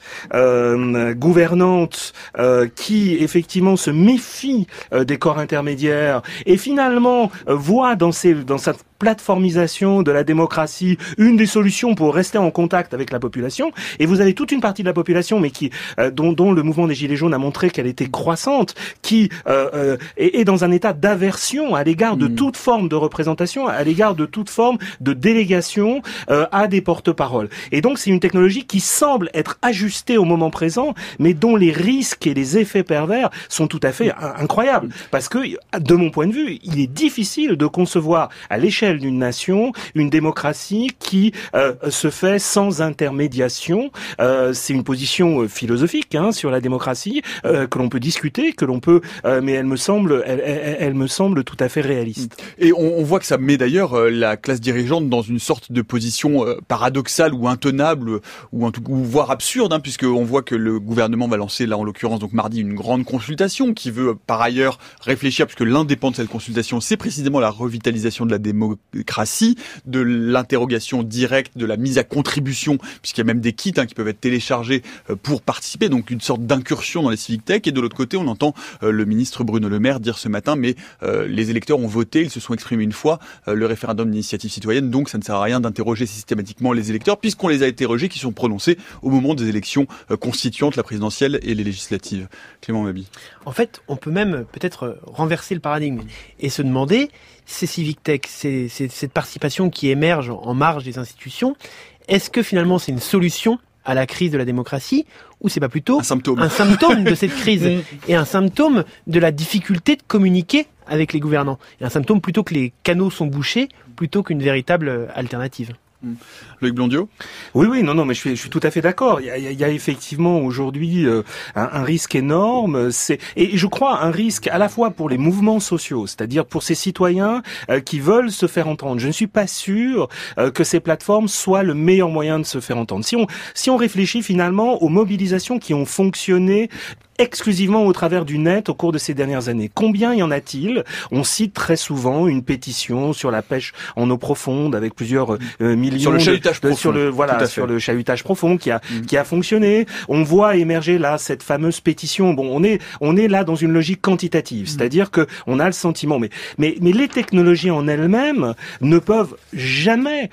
gouvernantes qui effectivement se méfient des corps intermédiaires et finalement voient dans cette plateformisation de la démocratie une des solutions pour rester en contact avec la population, et vous avez toute une partie de la population mais qui dont le mouvement des Gilets jaunes a montré qu'elle était croissante, qui est dans un état d'aversion à l'égard de toute forme de représentation, à l'égard de toute forme de délégation à des porte-paroles. Et donc c'est une technologie qui semble être ajustée au moment présent, mais dont les risques et les effets pervers sont tout à fait incroyables. Parce que, de mon point de vue, il est difficile de concevoir à l'échelle d'une nation une démocratie qui se fait sans intermédiation. C'est une position philosophique sur la démocratie que l'on peut discuter, que l'on peut, mais elle me semble tout à fait réaliste. Et on voit que ça met d'ailleurs la classe dirigeante dans une sorte de position paradoxale ou intenable ou voire absurde, puisque on voit que le gouvernement va lancer là en l'occurrence donc mardi une grande consultation qui veut par ailleurs réfléchir, puisque l'un dépend de cette consultation, c'est précisément la revitalisation de la démocratie, de l'interrogation directe, de la mise à contribution, puisqu'il y a même des kits qui peuvent être téléchargés pour participer, donc une sorte d'incursion dans les civic tech. Et de l'autre côté, on entend le ministre Bruno Le Maire dire ce matin, mais les électeurs ont voté, ils se sont exprimés une fois, le référendum d'initiative citoyenne, donc ça ne sert à rien d'interroger systématiquement les électeurs, puisqu'on les a interrogés qui sont prononcés au moment des élections constituantes, la présidentielle et les législatives. Clément Mabi. En fait, on peut même peut-être renverser le paradigme et se demander, ces civic tech, c'est cette participation qui émerge en marge des institutions, est-ce que finalement c'est une solution à la crise de la démocratie, ou c'est pas plutôt un symptôme de cette crise et un symptôme de la difficulté de communiquer avec les gouvernants, et un symptôme plutôt que les canaux sont bouchés plutôt qu'une véritable alternative. Loïc Blondiot ? Oui, non, mais je suis tout à fait d'accord. Il y a effectivement aujourd'hui un risque énorme. Et je crois un risque à la fois pour les mouvements sociaux, c'est-à-dire pour ces citoyens qui veulent se faire entendre. Je ne suis pas sûr que ces plateformes soient le meilleur moyen de se faire entendre. Si on réfléchit finalement aux mobilisations qui ont fonctionné exclusivement au travers du net au cours de ces dernières années. Combien y en a-t-il ? On cite très souvent une pétition sur la pêche en eau profonde avec plusieurs millions sur le chahutage profond. Sur le chahutage profond qui a fonctionné. On voit émerger là cette fameuse pétition. Bon, on est là dans une logique quantitative, c'est-à-dire que on a le sentiment, mais les technologies en elles-mêmes ne peuvent jamais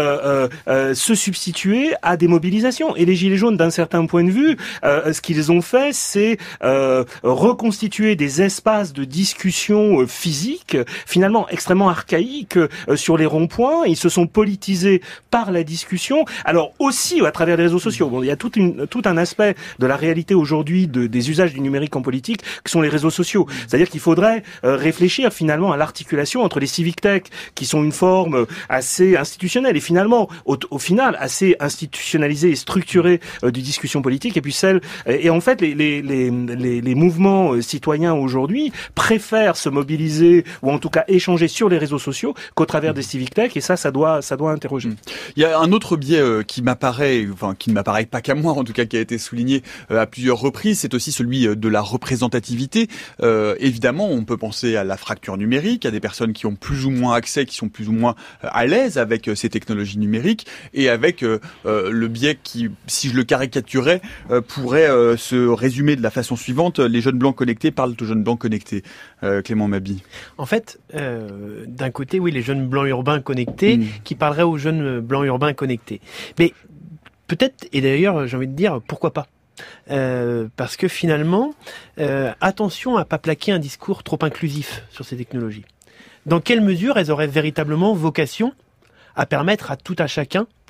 se substituer à des mobilisations. Et les Gilets jaunes, d'un certain point de vue, ce qu'ils ont fait, c'est reconstituer des espaces de discussion physique, finalement extrêmement archaïques sur les ronds-points. Ils se sont politisés par la discussion. Alors aussi à travers les réseaux sociaux. Bon, il y a tout un aspect de la réalité aujourd'hui des usages du numérique en politique qui sont les réseaux sociaux. C'est-à-dire qu'il faudrait réfléchir finalement à l'articulation entre les civic tech qui sont une forme assez institutionnelle et finalement au final assez institutionnalisée et structurée de discussion politique, et puis celle et en fait les mouvements citoyens aujourd'hui préfèrent se mobiliser ou en tout cas échanger sur les réseaux sociaux qu'au travers des civic tech, et ça doit interroger. Il y a un autre biais qui ne m'apparaît pas qu'à moi, en tout cas qui a été souligné à plusieurs reprises, c'est aussi celui de la représentativité. Évidemment, on peut penser à la fracture numérique, à des personnes qui ont plus ou moins accès, qui sont plus ou moins à l'aise avec ces technologies numériques, et avec le biais qui, si je le caricaturais, pourrait se résumer de la façon suivante: les jeunes blancs connectés parlent aux jeunes blancs connectés. Clément Mabi. En fait, d'un côté, oui, les jeunes blancs urbains connectés qui parleraient aux jeunes blancs urbains connectés. Mais peut-être, et d'ailleurs, j'ai envie de dire, pourquoi pas ? Parce que finalement, attention à pas plaquer un discours trop inclusif sur ces technologies. Dans quelle mesure elles auraient véritablement vocation à permettre à tout à chacun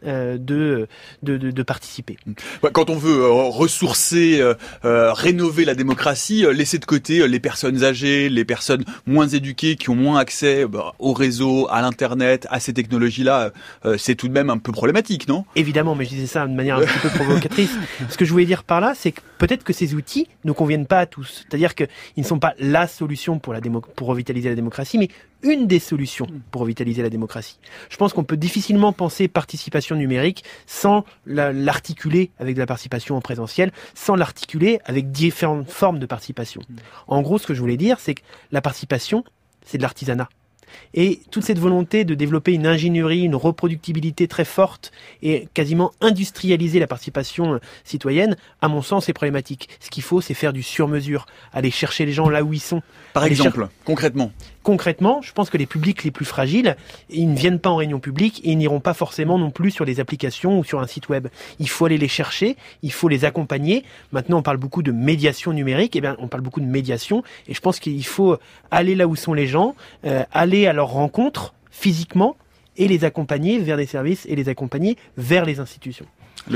de participer. Quand on veut ressourcer, rénover la démocratie, laisser de côté les personnes âgées, les personnes moins éduquées qui ont moins accès au réseau, à l'internet, à ces technologies-là, c'est tout de même un peu problématique, non ? Évidemment, mais je disais ça de manière un petit peu provocatrice. Ce que je voulais dire par là, c'est que peut-être que ces outils ne conviennent pas à tous. C'est-à-dire qu'ils ne sont pas la solution pour revitaliser la démocratie, mais une des solutions pour revitaliser la démocratie. Je pense qu'on peut difficilement penser participation numérique sans l'articuler avec de la participation en présentiel, sans l'articuler avec différentes formes de participation. En gros, ce que je voulais dire, c'est que la participation, c'est de l'artisanat. Et toute cette volonté de développer une ingénierie, une reproductibilité très forte et quasiment industrialiser la participation citoyenne, à mon sens, est problématique. Ce qu'il faut, c'est faire du sur-mesure, aller chercher les gens là où ils sont. Par exemple, Concrètement, je pense que les publics les plus fragiles, ils ne viennent pas en réunion publique et ils n'iront pas forcément non plus sur les applications ou sur un site web. Il faut aller les chercher, il faut les accompagner. Maintenant, on parle beaucoup de médiation numérique, on parle beaucoup de médiation et je pense qu'il faut aller là où sont les gens, aller à leur rencontre physiquement et les accompagner vers des services et les accompagner vers les institutions.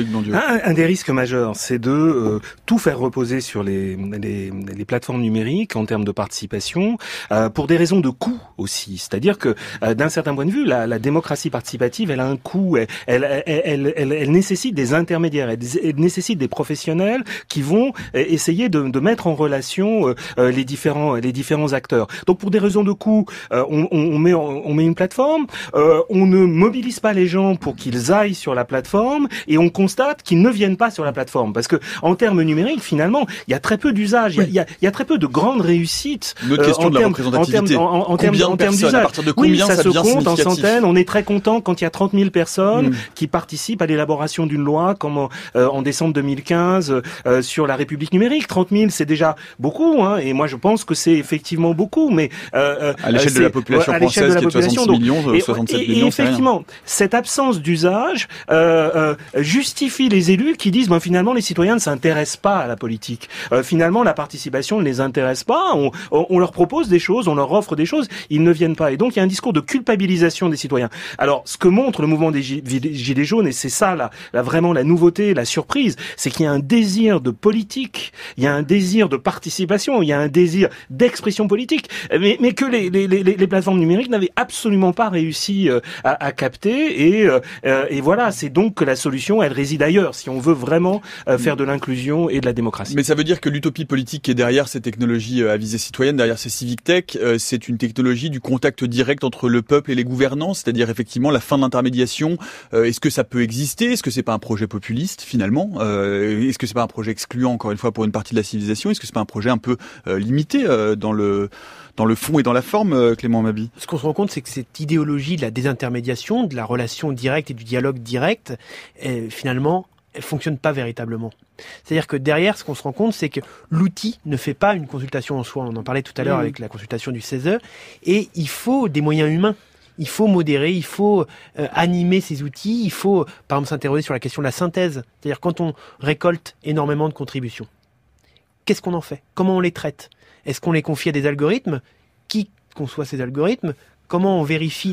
Un des risques majeurs, c'est de tout faire reposer sur les plateformes numériques en termes de participation, pour des raisons de coût aussi. C'est-à-dire que d'un certain point de vue, la démocratie participative, elle a un coût. Elle nécessite des intermédiaires, elle nécessite des professionnels qui vont essayer de mettre en relation les différents acteurs. Donc pour des raisons de coût, on met une plateforme, on ne mobilise pas les gens pour qu'ils aillent sur la plateforme et on constate qu'ils ne viennent pas sur la plateforme parce que en termes numériques, finalement, il y a très peu d'usage, il y a très peu de grandes réussites. Une autre question de la représentativité. En termes d'usage. À partir de combien ça se devient compte en significatif ? centaines. On est très content quand il y a 30 000 personnes qui participent à l'élaboration d'une loi, comme en décembre 2015 sur la République numérique. 30 000, c'est déjà beaucoup, hein, et moi je pense que c'est effectivement beaucoup, mais à l'échelle de la population française, qui est de 66 millions, 67 millions, et effectivement, cette absence d'usage justifie les élus qui disent finalement les citoyens ne s'intéressent pas à la politique. Finalement la participation ne les intéresse pas, on leur propose des choses, on leur offre des choses, ils ne viennent pas. Et donc il y a un discours de culpabilisation des citoyens. Alors ce que montre le mouvement des Gilets jaunes, et c'est ça vraiment la nouveauté, la surprise, c'est qu'il y a un désir de politique, il y a un désir de participation, il y a un désir d'expression politique, mais que les plateformes numériques n'avaient absolument pas réussi à capter, et voilà, c'est donc que la solution, elle réside ailleurs, si on veut vraiment faire de l'inclusion et de la démocratie. Mais ça veut dire que l'utopie politique qui est derrière ces technologies à visée citoyenne, derrière ces civic tech, c'est une technologie du contact direct entre le peuple et les gouvernants, c'est-à-dire effectivement la fin de l'intermédiation. Est-ce que ça peut exister ? Est-ce que c'est pas un projet populiste finalement ? Est-ce que c'est pas un projet excluant encore une fois pour une partie de la civilisation ? Est-ce que c'est pas un projet un peu limité dans le fond et dans la forme, Clément Mabi ? Ce qu'on se rend compte, c'est que cette idéologie de la désintermédiation, de la relation directe et du dialogue direct, finalement, elle fonctionne pas véritablement. C'est-à-dire que derrière, ce qu'on se rend compte, c'est que l'outil ne fait pas une consultation en soi. On en parlait tout à l'heure avec la consultation du 16h. Et il faut des moyens humains. Il faut modérer, il faut animer ces outils. Il faut, par exemple, s'interroger sur la question de la synthèse. C'est-à-dire quand on récolte énormément de contributions, qu'est-ce qu'on en fait ? Comment on les traite ? Est-ce qu'on les confie à des algorithmes ? Qui conçoit ces algorithmes ? Comment on vérifie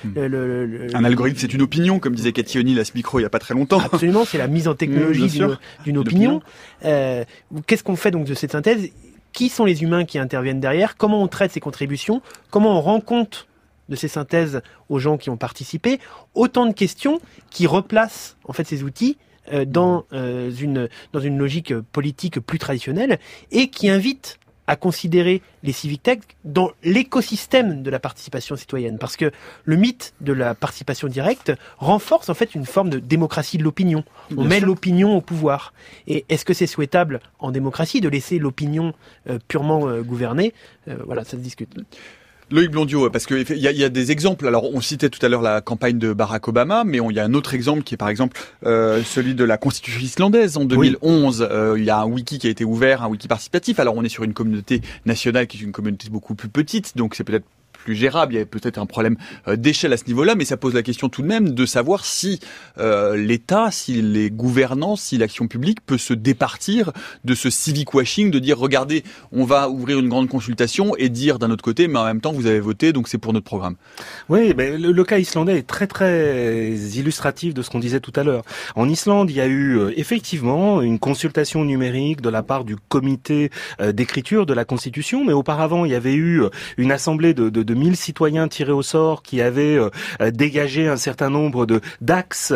Un algorithme, c'est une opinion, comme disait Cathy O'Neill à ce micro il n'y a pas très longtemps. Absolument, c'est la mise en technologie d'une opinion. Qu'est-ce qu'on fait donc de cette synthèse ? Qui sont les humains qui interviennent derrière ? Comment on traite ces contributions ? Comment on rend compte de ces synthèses aux gens qui ont participé ? Autant de questions qui replacent en fait ces outils dans une logique politique plus traditionnelle et qui invitent à considérer les civic tech dans l'écosystème de la participation citoyenne. Parce que le mythe de la participation directe renforce en fait une forme de démocratie de l'opinion. On met l'opinion au pouvoir. Et est-ce que c'est souhaitable en démocratie de laisser l'opinion purement gouverner ? Voilà, ça se discute. Loïc Blondiot, parce que il y a des exemples. Alors, on citait tout à l'heure la campagne de Barack Obama, mais il y a un autre exemple qui est par exemple celui de la Constitution islandaise en 2011. Il y a un wiki qui a été ouvert, un wiki participatif. Alors, on est sur une communauté nationale qui est une communauté beaucoup plus petite, donc c'est peut-être plus gérable. Il y a peut-être un problème d'échelle à ce niveau-là, mais ça pose la question tout de même de savoir si l'État, si les gouvernants, si l'action publique peut se départir de ce civic washing, de dire regardez, on va ouvrir une grande consultation et dire d'un autre côté, mais en même temps vous avez voté, donc c'est pour notre programme. Oui, ben, le cas islandais est très très illustratif de ce qu'on disait tout à l'heure. En Islande, il y a eu effectivement une consultation numérique de la part du comité d'écriture de la Constitution, mais auparavant il y avait eu une assemblée de 1000 citoyens tirés au sort qui avaient dégagé un certain nombre d'axes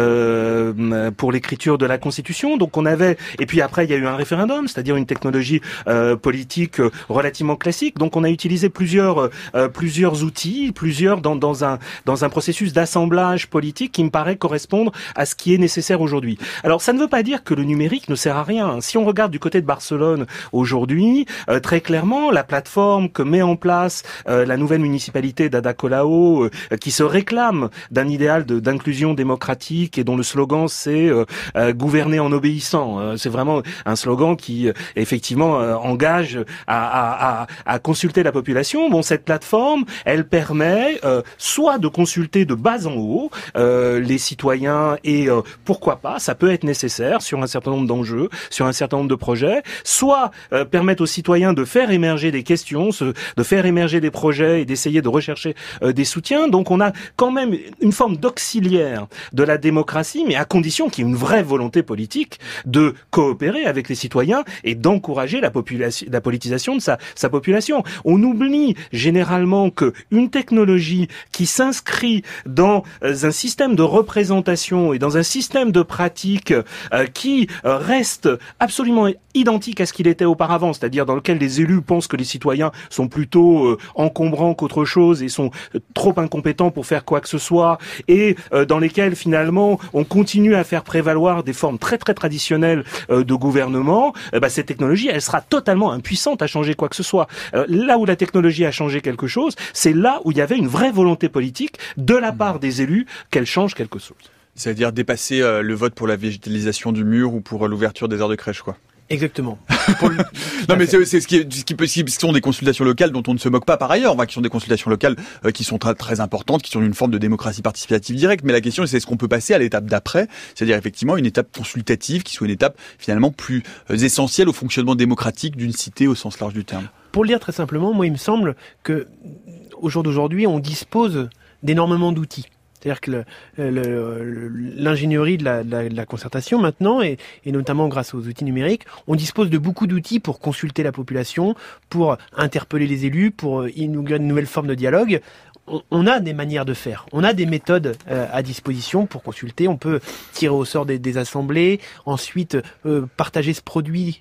pour l'écriture de la Constitution. Donc on avait, et puis après il y a eu un référendum, c'est-à-dire une technologie politique relativement classique. Donc on a utilisé plusieurs outils, dans un processus d'assemblage politique qui me paraît correspondre à ce qui est nécessaire aujourd'hui. Alors ça ne veut pas dire que le numérique ne sert à rien. Si on regarde du côté de Barcelone aujourd'hui, très clairement la plateforme que met en place la nouvelle municipalité d'Ada Colau, qui se réclame d'un idéal d'inclusion démocratique et dont le slogan c'est gouverner en obéissant. C'est vraiment un slogan qui effectivement engage à consulter la population. Bon, cette plateforme, elle permet soit de consulter de bas en haut les citoyens et pourquoi pas, ça peut être nécessaire sur un certain nombre d'enjeux, sur un certain nombre de projets, soit permettre aux citoyens de faire émerger des questions, de faire émerger des projets et d'essayer de rechercher des soutiens. Donc on a quand même une forme d'auxiliaire de la démocratie, mais à condition qu'il y ait une vraie volonté politique de coopérer avec les citoyens et d'encourager la politisation de sa population. On oublie généralement que une technologie qui s'inscrit dans un système de représentation et dans un système de pratique qui reste absolument identique à ce qu'il était auparavant, c'est-à-dire dans lequel les élus pensent que les citoyens sont plutôt encombrants qu'autre chose et sont trop incompétents pour faire quoi que ce soit, et dans lesquels finalement on continue à faire prévaloir des formes très très traditionnelles de gouvernement, cette technologie elle sera totalement impuissante à changer quoi que ce soit. Là où la technologie a changé quelque chose, c'est là où il y avait une vraie volonté politique de la part des élus qu'elle change quelque chose. C'est-à-dire dépasser le vote pour la végétalisation du mur ou pour l'ouverture des aires de crèche, quoi. Exactement. Non, mais c'est ce qui sont des consultations locales dont on ne se moque pas par ailleurs, qui sont des consultations locales qui sont très, très importantes, qui sont une forme de démocratie participative directe. Mais la question, c'est est-ce qu'on peut passer à l'étape d'après, c'est-à-dire effectivement une étape consultative qui soit une étape finalement plus essentielle au fonctionnement démocratique d'une cité au sens large du terme. Pour le dire très simplement, moi, il me semble que au jour d'aujourd'hui, on dispose d'énormément d'outils. C'est-à-dire que l'ingénierie de la concertation maintenant, et notamment grâce aux outils numériques, on dispose de beaucoup d'outils pour consulter la population, pour interpeller les élus, pour inaugurer une nouvelle forme de dialogue. On a des manières de faire, on a des méthodes à disposition pour consulter. On peut tirer au sort des assemblées, ensuite partager ce produit,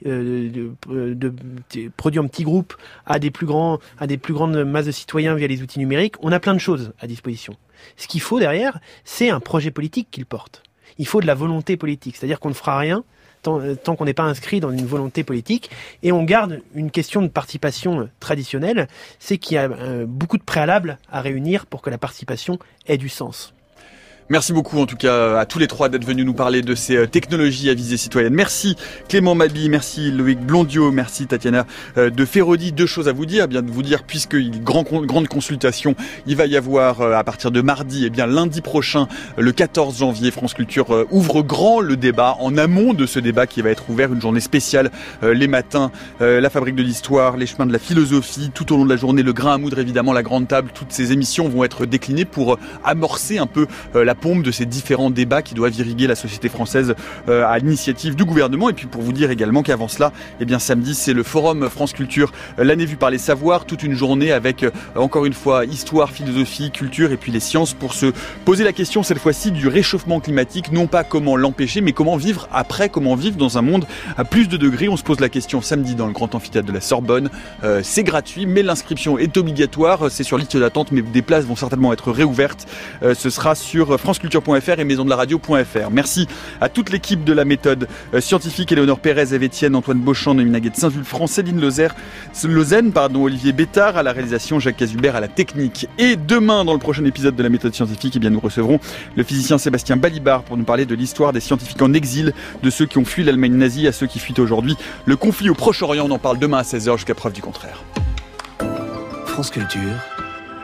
produit en petits groupes à des plus grandes masses de citoyens via les outils numériques. On a plein de choses à disposition. Ce qu'il faut derrière, c'est un projet politique qu'il porte. Il faut de la volonté politique, c'est-à-dire qu'on ne fera rien tant qu'on n'est pas inscrit dans une volonté politique, et on garde une question de participation traditionnelle, c'est qu'il y a beaucoup de préalables à réunir pour que la participation ait du sens. Merci beaucoup en tout cas à tous les trois d'être venus nous parler de ces technologies à visée citoyenne. Merci Clément Mabi, merci Loïc Blondiot, merci Tatiana de Feraudy. Deux choses à vous dire, bien de vous dire puisque grande consultation, il va y avoir à partir de mardi, lundi prochain, le 14 janvier, France Culture ouvre grand le débat, en amont de ce débat qui va être ouvert, une journée spéciale les matins, la fabrique de l'histoire, les chemins de la philosophie, tout au long de la journée, le grain à moudre évidemment, la grande table, toutes ces émissions vont être déclinées pour amorcer un peu la pompe de ces différents débats qui doivent irriguer la société française à l'initiative du gouvernement. Et puis pour vous dire également qu'avant cela, samedi, c'est le forum France Culture, l'année vue par les savoirs, toute une journée avec encore une fois histoire, philosophie, culture et puis les sciences pour se poser la question cette fois-ci du réchauffement climatique, non pas comment l'empêcher, mais comment vivre après, comment vivre dans un monde à plus de degrés. On se pose la question samedi dans le grand amphithéâtre de la Sorbonne. C'est gratuit, mais l'inscription est obligatoire. C'est sur liste d'attente, mais des places vont certainement être réouvertes. Ce sera sur franceculture.fr et maisondelaradio.fr. Merci à toute l'équipe de la méthode scientifique, Éléonore Pérez, Eve Etienne, Antoine Beauchamp, Noémie Naguet de Saint-Vulfranc, Céline Lausanne, Olivier Bétard à la réalisation, Jacques Cazubert à la technique. Et demain, dans le prochain épisode de la méthode scientifique, nous recevrons le physicien Sébastien Balibar pour nous parler de l'histoire des scientifiques en exil, de ceux qui ont fui l'Allemagne nazie à ceux qui fuient aujourd'hui le conflit au Proche-Orient. On en parle demain à 16h jusqu'à preuve du contraire. France Culture,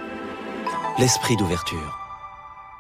l'esprit d'ouverture.